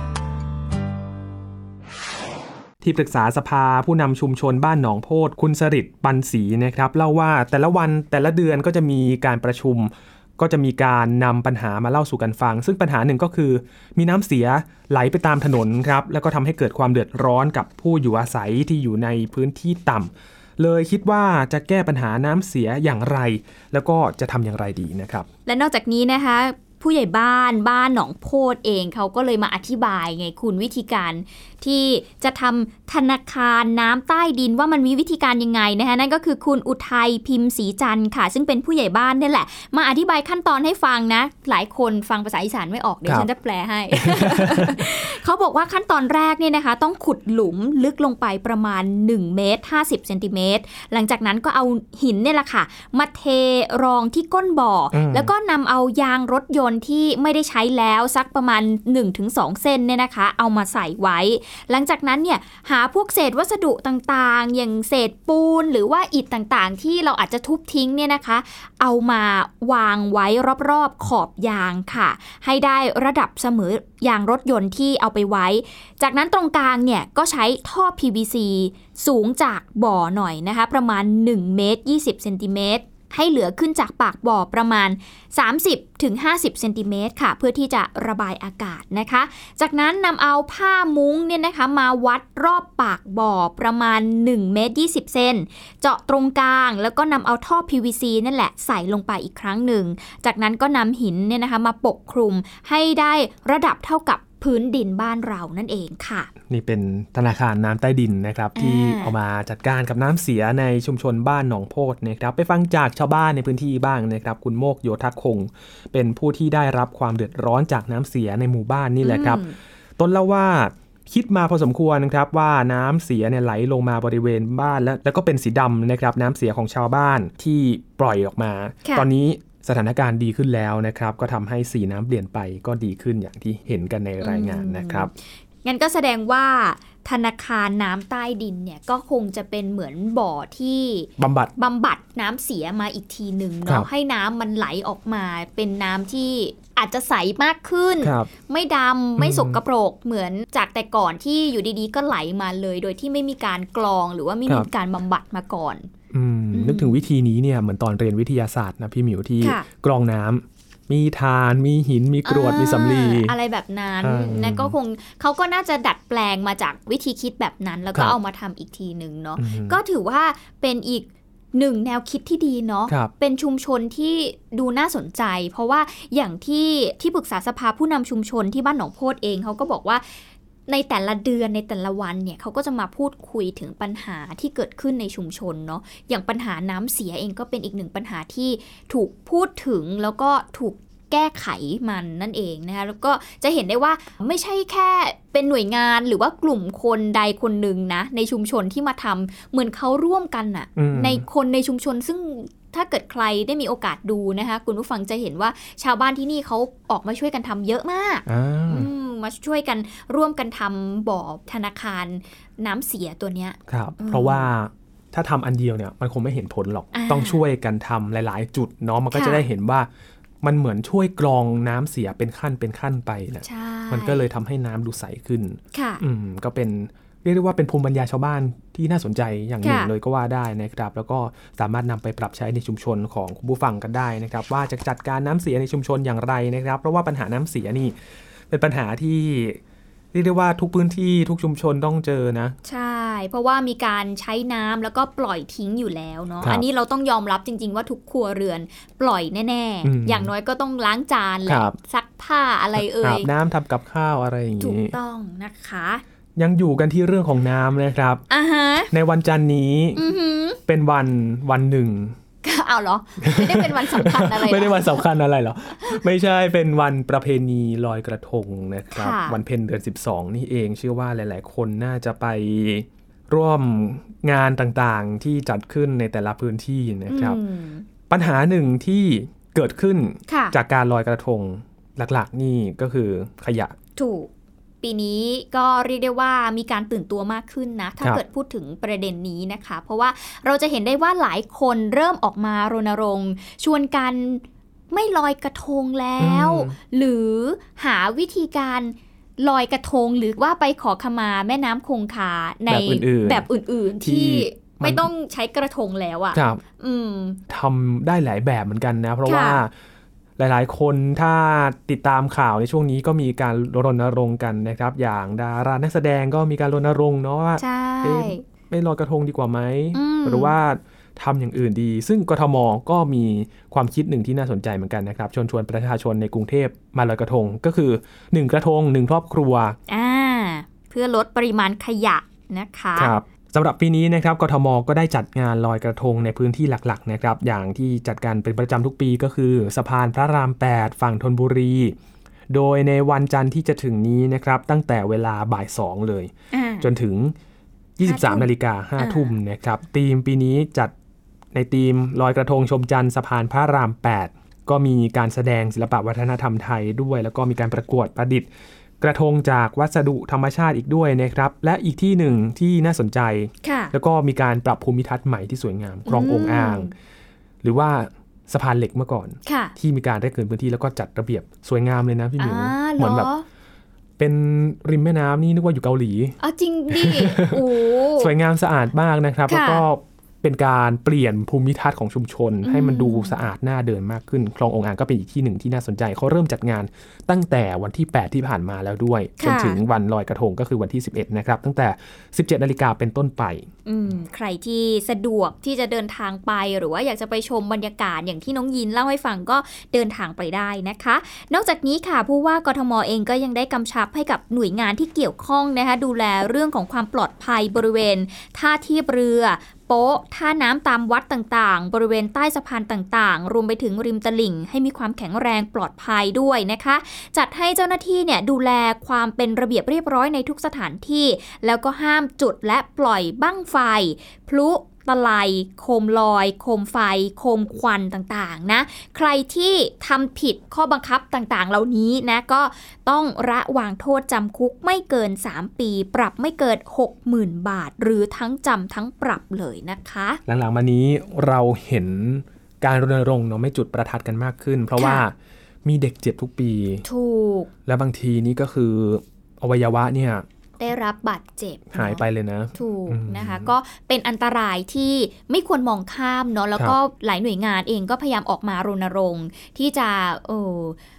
ที่ปรึกษาสภาผู้นำชุมชนบ้านหนองโพธิ์คุณสฤทธิ์ปันศรีนะครับเล่าว่าแต่ละวันแต่ละเดือนก็จะมีการประชุมก็จะมีการนำปัญหามาเล่าสู่กันฟังซึ่งปัญหาหนึ่งก็คือมีน้ำเสียไหลไปตามถนนครับแล้วก็ทำให้เกิดความเดือดร้อนกับผู้อยู่อาศัยที่อยู่ในพื้นที่ต่ำเลยคิดว่าจะแก้ปัญหาน้ำเสียอย่างไรแล้วก็จะทำอย่างไรดีนะครับและนอกจากนี้นะคะผู้ใหญ่บ้านบ้านหนองโพธิ์เองเขาก็เลยมาอธิบายไงคุณวิธีการที่จะทำธนาคารน้ำใต้ดินว่ามันมีวิธีการยังไงนะคะนั่นก็คือคุณอุทัยพิมพ์ศรีจันทร์ค่ะซึ่งเป็นผู้ใหญ่บ้านนี่แหละมาอธิบายขั้นตอนให้ฟังนะหลายคนฟังภาษาอีสานไม่ออกเดี๋ยวฉันจะแปลให้ เขาบอกว่าขั้นตอนแรกเนี่ยนะคะต้องขุดหลุมลึกลงไปประมาณหนึ่งเมตรห้าสิบเซนติเมตรหลังจากนั้นก็เอาหินเนี่ยแหละค่ะมาเทรองที่ก้นบ่อแล้วก็นำเอายางรถยนต์ที่ไม่ได้ใช้แล้วสักประมาณ หนึ่งถึงสอง เส้นเนี่ยนะคะเอามาใส่ไว้หลังจากนั้นเนี่ยหาพวกเศษวัสดุต่างๆอย่างเศษปูนหรือว่าอิฐต่างๆที่เราอาจจะทุบทิ้งเนี่ยนะคะเอามาวางไว้รอบๆขอบยางค่ะให้ได้ระดับเสมอยางรถยนต์ที่เอาไปไว้จากนั้นตรงกลางเนี่ยก็ใช้ท่อ พี วี ซี สูงจากบ่อหน่อยนะคะประมาณหนึ่งเมตรยี่สิบเซนติเมตรให้เหลือขึ้นจากปากบ่อประมาณ สามสิบถึงห้าสิบ เซนติเมตรค่ะเพื่อที่จะระบายอากาศนะคะจากนั้นนำเอาผ้ามุ้งเนี่ยนะคะมาวัดรอบปากบ่อประมาณหนึ่งเมตรยี่สิบเซนเจาะตรงกลางแล้วก็นำเอาท่อ พี วี ซี นั่นแหละใส่ลงไปอีกครั้งหนึ่งจากนั้นก็นำหินเนี่ยนะคะมาปกคลุมให้ได้ระดับเท่ากับพื้นดินบ้านเรานั่นเองค่ะนี่เป็นธนาคารน้ำใต้ดินนะครับที่เอามาจัดการกับน้ำเสียในชุมชนบ้านหนองโพธิ์นะครับไปฟังจากชาวบ้านในพื้นที่บ้างนะครับคุณโมกโยธคงเป็นผู้ที่ได้รับความเดือดร้อนจากน้ำเสียในหมู่บ้านนี่แหละครับต้นเล่าว่าคิดมาพอสมควรนะครับว่าน้ำเสียเนี่ยไหลลงมาบริเวณบ้านแล้วแล้วก็เป็นสีดำนะครับน้ำเสียของชาวบ้านที่ปล่อยออกมาตอนนี้สถานการณ์ดีขึ้นแล้วนะครับก็ทำให้สีน้ำเปลี่ยนไปก็ดีขึ้นอย่างที่เห็นกันในรายงานนะครับงั้นก็แสดงว่าธนาคารน้ำใต้ดินเนี่ยก็คงจะเป็นเหมือนบ่อที่บำบัดบำบัดน้ำเสียมาอีกทีหนึ่งเนาะให้น้ำมันไหลออกมาเป็นน้ำที่อาจจะใสมากขึ้นไม่ดำไม่สกปรกเหมือนจากแต่ก่อนที่อยู่ดีๆก็ไหลมาเลยโดยที่ไม่มีการกรองหรือว่าไม่มีการบำบัดมาก่อนนึกถึงวิธีนี้เนี่ยเหมือนตอนเรียนวิทยาศาสตร์นะพี่หมิวที่กรองน้ำมีถ่านมีหินมีกรวดมีสำลีอะไรแบบนั้นนั่นก็คงเขาก็น่าจะดัดแปลงมาจากวิธีคิดแบบนั้นแล้วก็เอามาทำอีกทีนึงเนาะก็ถือว่าเป็นอีกหนึ่งแนวคิดที่ดีเนาะเป็นชุมชนที่ดูน่าสนใจเพราะว่าอย่างที่ที่ปรึกษาสภาผู้นำชุมชนที่บ้านหนองโพธิ์เองเขาก็บอกว่าในแต่ละเดือนในแต่ละวันเนี่ยเขาก็จะมาพูดคุยถึงปัญหาที่เกิดขึ้นในชุมชนเนาะอย่างปัญหาน้ำเสียเองก็เป็นอีกหนึ่งปัญหาที่ถูกพูดถึงแล้วก็ถูกแก้ไขมันนั่นเองนะคะแล้วก็จะเห็นได้ว่าไม่ใช่แค่เป็นหน่วยงานหรือว่ากลุ่มคนใดคนหนึ่งนะในชุมชนที่มาทำเหมือนเขาร่วมกันน่ะในคนในชุมชนซึ่งถ้าเกิดใครได้มีโอกาสดูนะคะคุณผู้ฟังจะเห็นว่าชาวบ้านที่นี่เขาออกมาช่วยกันทำเยอะมากมาช่วยกันร่วมกันทำบ่อธนาคารน้ำเสียตัวเนี้ยครับเพราะว่าถ้าทำอันเดียวเนี่ยมันคงไม่เห็นผลหรอกต้องช่วยกันทำหลายๆจุดเนาะมันก็จะได้เห็นว่ามันเหมือนช่วยกรองน้ำเสียเป็นขั้นเป็นขั้นไปนะมันก็เลยทำให้น้ำดูใสขึ้นอืมก็เป็นเรียกได้ว่าเป็นภูมิปัญญาชาวบ้านที่น่าสนใจอย่างหนึ่งเลยก็ว่าได้นะครับแล้วก็สามารถนำไปปรับใช้ในชุมชนของคุณผู้ฟังกันได้นะครับว่าจะจัดการน้ำเสียในชุมชนอย่างไรนะครับเพราะว่าปัญหาน้ำเสียนี่เป็นปัญหาที่เรียกได้ว่าทุกพื้นที่ทุกชุมชนต้องเจอนะใช่เพราะว่ามีการใช้น้ำแล้วก็ปล่อยทิ้งอยู่แล้วเนาะอันนี้เราต้องยอมรับจริงๆว่าทุกครัวเรือนปล่อยแน่ๆอย่างน้อยก็ต้องล้างจานแหละซักผ้าอะไรเอ่ยอาบน้ำทำกับข้าวอะไรอย่างนี้ถูกต้องนะคะยังอยู่กันที่เรื่องของน้ำนะครับอ่าฮะในวันจันทร์นี้เป็นวันวันหนึ่งเอาเหรอไม่ได้เป็นวันสำคัญอะไรไม่ได้วันสำคัญอะไรหรอไม่ใช่เป็นวันประเพณีลอยกระทงนะครับวันเพ็ญเดือนสิบสองนี่เองเชื่อว่าหลายๆคนน่าจะไปร่วมงานต่างๆที่จัดขึ้นในแต่ละพื้นที่นะครับปัญหาหนึ่งที่เกิดขึ้นจากการลอยกระทงหลักๆนี่ก็คือขยะถูกปีนี้ก็เรียกได้ว่ามีการตื่นตัวมากขึ้นนะถ้าเกิดพูดถึงประเด็นนี้นะคะเพราะว่าเราจะเห็นได้ว่าหลายคนเริ่มออกมารณรงค์ชวนกันไม่ลอยกระทงแล้วหรือหาวิธีการลอยกระทงหรือว่าไปขอขมาแม่น้ำคงคาในแบบอื่นๆที่ไม่ต้องใช้กระทงแล้วอ่ะทำได้หลายแบบเหมือนกันนะเพราะว่าหลายๆคนถ้าติดตามข่าวในช่วงนี้ก็มีการรณรงค์กันนะครับอย่างดารานักแสดงก็มีการรณรงค์เนาะว่าไม่ลอยกระทงดีกว่าไหมหรือว่าทำอย่างอื่นดีซึ่งกทม.ก็มีความคิดหนึ่งที่น่าสนใจเหมือนกันนะครับชวนชวนประชาชนในกรุงเทพมาลอยกระทงก็คือหนึ่งกระทงหนึ่งครอบครัวอ่าเพื่อลดปริมาณขยะนะคะครับสำหรับปีนี้นะครับกทม.ก็ได้จัดงานลอยกระทงในพื้นที่หลักๆนะครับอย่างที่จัดการเป็นประจำทุกปีก็คือสะพานพระรามแปดฝั่งธนบุรีโดยในวันจันทร์ที่จะถึงนี้นะครับตั้งแต่เวลาบ่ายสองเลยจนถึง ยี่สิบสามนาฬิกาห้าทุ่มนะครับธีมปีนี้จัดในธีมลอยกระทงชมจันทร์สะพานพระรามแปดก็มีการแสดงศิลปวัฒนธรรมไทยด้วยแล้วก็มีการประกวดประดิษฐ์กระทงจากวัสดุธรรมชาติอีกด้วยนะครับและอีกที่หนึ่งที่น่าสนใจแล้วก็มีการปรับภูมิทัศน์ใหม่ที่สวยงามคลององอ่างหรือว่าสะพานเหล็กเมื่อก่อนที่มีการได้เกินพื้นที่แล้วก็จัดระเบียบสวยงามเลยนะพี่หมิวเหมือนแบบเป็นริมแม่น้ำนี่นึกว่าอยู่เกาหลีอ๋อจริงดิโอ้สวยงามสะอาดมากนะครับแล้วก็เป็นการเปลี่ยนภูมิทัศน์ของชุมชนให้มันดูสะอาดน่าเดินมากขึ้นคลององอ่างก็เป็นอีกที่หนึ่งที่น่าสนใจเขาเริ่มจัดงานตั้งแต่วันที่แปดที่ผ่านมาแล้วด้วยจนถึงวันลอยกระทงก็คือวันที่สิบเอ็ดนะครับตั้งแต่ สิบเจ็ดนาฬิกาเป็นต้นไปอืมใครที่สะดวกที่จะเดินทางไปหรือว่าอยากจะไปชมบรรยากาศอย่างที่น้องยินเล่าให้ฟังก็เดินทางไปได้นะคะนอกจากนี้ค่ะผู้ว่ากทม.เองก็ยังได้กำชับให้กับหน่วยงานที่เกี่ยวข้องนะคะดูแลเรื่องของความปลอดภัยบริเวณท่าเทียบเรือโป๊ะท่าน้ำตามวัดต่างๆบริเวณใต้สะพานต่างๆรวมไปถึงริมตลิ่งให้มีความแข็งแรงปลอดภัยด้วยนะคะจัดให้เจ้าหน้าที่เนี่ยดูแลความเป็นระเบียบเรียบร้อยในทุกสถานที่แล้วก็ห้ามจุดและปล่อยบั้งไฟพลุตะไลโคมลอยโคมไฟโคมควันต่างๆนะใครที่ทำผิดข้อบังคับต่างๆเหล่านี้นะก็ต้องระวางโทษจำคุกไม่เกินสามปีปรับไม่เกิน หกหมื่น บาทหรือทั้งจำทั้งปรับเลยนะคะหลังๆมานี้เราเห็นการรณรงค์เนาะไม่จุดประทัดกันมากขึ้นเพราะว่ามีเด็กเจ็บทุกปีถูกและบางทีนี่ก็คืออวัยวะเนี่ยได้รับบาดเจ็บหายไปเลยนะถูกนะคะก็เป็นอันตรายที่ไม่ควรมองข้ามเนาะแล้วก็หลายหน่วยงานเองก็พยายามออกมารณรงค์ที่จะเออ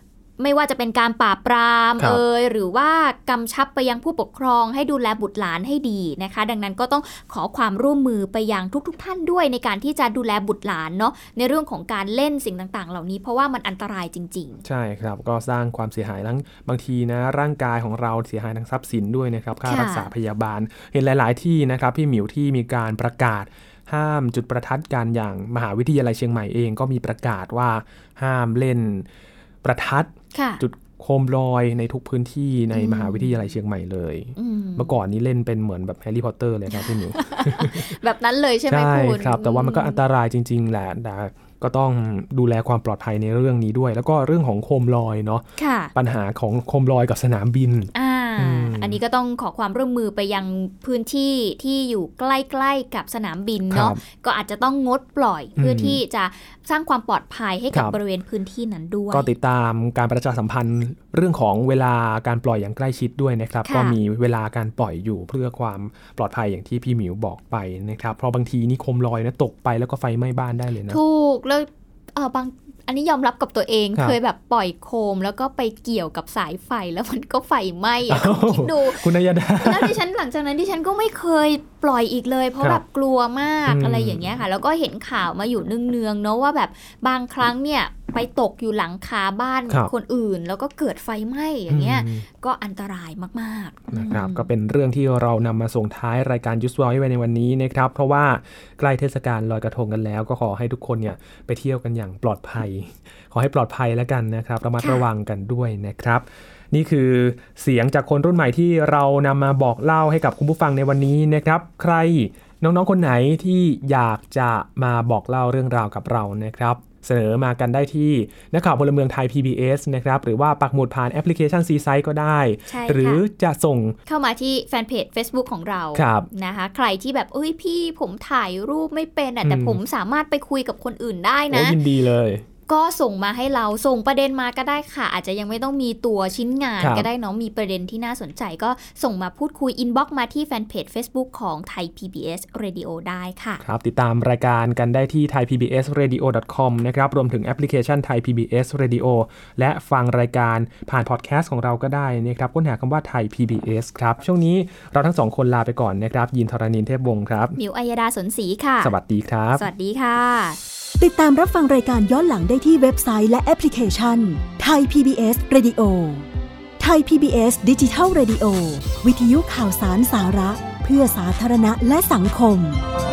ไม่ว่าจะเป็นการปราบปรามเอ่ยหรือว่ากำชับไปยังผู้ปกครองให้ดูแลบุตรหลานให้ดีนะคะดังนั้นก็ต้องขอความร่วมมือไปยังทุกๆ ท, ท่านด้วยในการที่จะดูแลบุตรหลานเนาะในเรื่องของการเล่นสิ่งต่างๆเหล่านี้เพราะว่ามันอันตรายจริงๆใช่ครับก็สร้างความเสียหายทั้งบางทีนะร่างกายของเราเสียหายทั้งทรัพย์สินด้วยนะครับค่ารักษาพยาบาลเห็นหลายๆที่นะครับพี่หมิวที่มีการประกาศห้ามจุดประทัดกันอย่างมหาวิทยาลัยเชียงใหม่เองก็มีประกาศว่าห้ามเล่นประทัดจุดโคมลอยในทุกพื้นที่ในมหาวิทยาลัยเชียงใหม่เลยเมื่อก่อนนี้เล่นเป็นเหมือนแบบแฮร์รี่พอตเตอร์เลยครับพี่หมิว แบบนั้นเลยใช่ไหมคุณใช่ครับแต่ว่ามันก็อันตรายจริงๆแหละแต่ก็ต้องดูแลความปลอดภัยในเรื่องนี้ด้วยแล้วก็เรื่องของโคมลอยเนาะปัญหาของโคมลอยกับสนามบินอ่าอันนี้ก็ต้องขอความร่วมมือไปยังพื้นที่ที่อยู่ใกล้ๆกับสนามบินเนาะก็อาจจะต้องงดปล่อยเพื่อที่จะสร้างความปลอดภัยให้กับบริเวณพื้นที่นั้นด้วยก็ติดตามการประชาสัมพันธ์เรื่องของเวลาการปล่อยอย่างใกล้ชิดด้วยนะครับก็มีเวลาการปล่อยอยู่เพื่อความปลอดภัยอย่างที่พี่หมิวบอกไปนะครับเพราะบางทีนี่โคมลอยนะตกไปแล้วก็ไฟไหม้บ้านได้เลยนะถูกแล้วเออบางอันนี้ยอมรับกับตัวเองเคยแบบปล่อยโคมแล้วก็ไปเกี่ยวกับสายไฟแล้วมันก็ไฟไหม้อ่ะคิดดูคุณนายดาแล้วดิฉันหลังจากนั้นดิฉันก็ไม่เคยปล่อยอีกเลยเพราะแบบกลัวมากอะไรอย่างเงี้ยค่ะแล้วก็เห็นข่าวมาอยู่เนืองๆเนาะว่าแบบบางครั้งเนี่ยไปตกอยู่หลังคาบ้านคนอื่นแล้วก็เกิดไฟไหม้อย่างเงี้ยก็อันตรายมากๆนะครับก็เป็นเรื่องที่เรานำมาส่งท้ายรายการยูสวอยไว้ในวันนี้นะครับเพราะว่าใกล้เทศกาลลอยกระทงกันแล้วก็ขอให้ทุกคนเนี่ยไปเที่ยวกันอย่างปลอดภัยขอให้ปลอดภัยแล้วกันนะครับระมัดระวังกันด้วยนะครับนี่คือเสียงจากคนรุ่นใหม่ที่เรานำมาบอกเล่าให้กับคุณผู้ฟังในวันนี้นะครับใครน้องๆคนไหนที่อยากจะมาบอกเล่าเรื่องราวกับเรานะครับเสนอมากันได้ที่นักข่าวพลเมืองไทย พี บี เอส นะครับหรือว่าปักหมุดผ่านแอปพลิเคชัน Seaside ก็ได้หรือจะส่งเข้ามาที่แฟนเพจ Facebook ของเรานะคะใครที่แบบเอ้ยพี่ผมถ่ายรูปไม่เป็นแต่ผมสามารถไปคุยกับคนอื่นได้นะยินดีเลยก็ส่งมาให้เราส่งประเด็นมาก็ได้ค่ะอาจจะยังไม่ต้องมีตัวชิ้นงานก็ได้เนาะมีประเด็นที่น่าสนใจก็ส่งมาพูดคุยอินบ็อกซ์มาที่แฟนเพจ Facebook ของ Thai พี บี เอส Radio ได้ค่ะครับติดตามรายการกันได้ที่ ไทยพีบีเอสเรดิโอ ดอท คอม นะครับรวมถึงแอปพลิเคชัน Thai พี บี เอส Radio และฟังรายการผ่านพอดแคสต์ของเราก็ได้นะครับค้นหาคำว่า Thai พี บี เอส ครับช่วงนี้เราทั้งสองคนลาไปก่อนนะครับยินทรณินเทพวงศ์ครับมิวอัยดาสนศรีค่ะสวัสดีครับสวัสดีค่ะติดตามรับฟังรายการย้อนหลังได้ที่เว็บไซต์และแอปพลิเคชัน Thai พี บี เอส Radio Thai พี บี เอส Digital Radio วิทยุข่าวสารสาระเพื่อสาธารณะและสังคม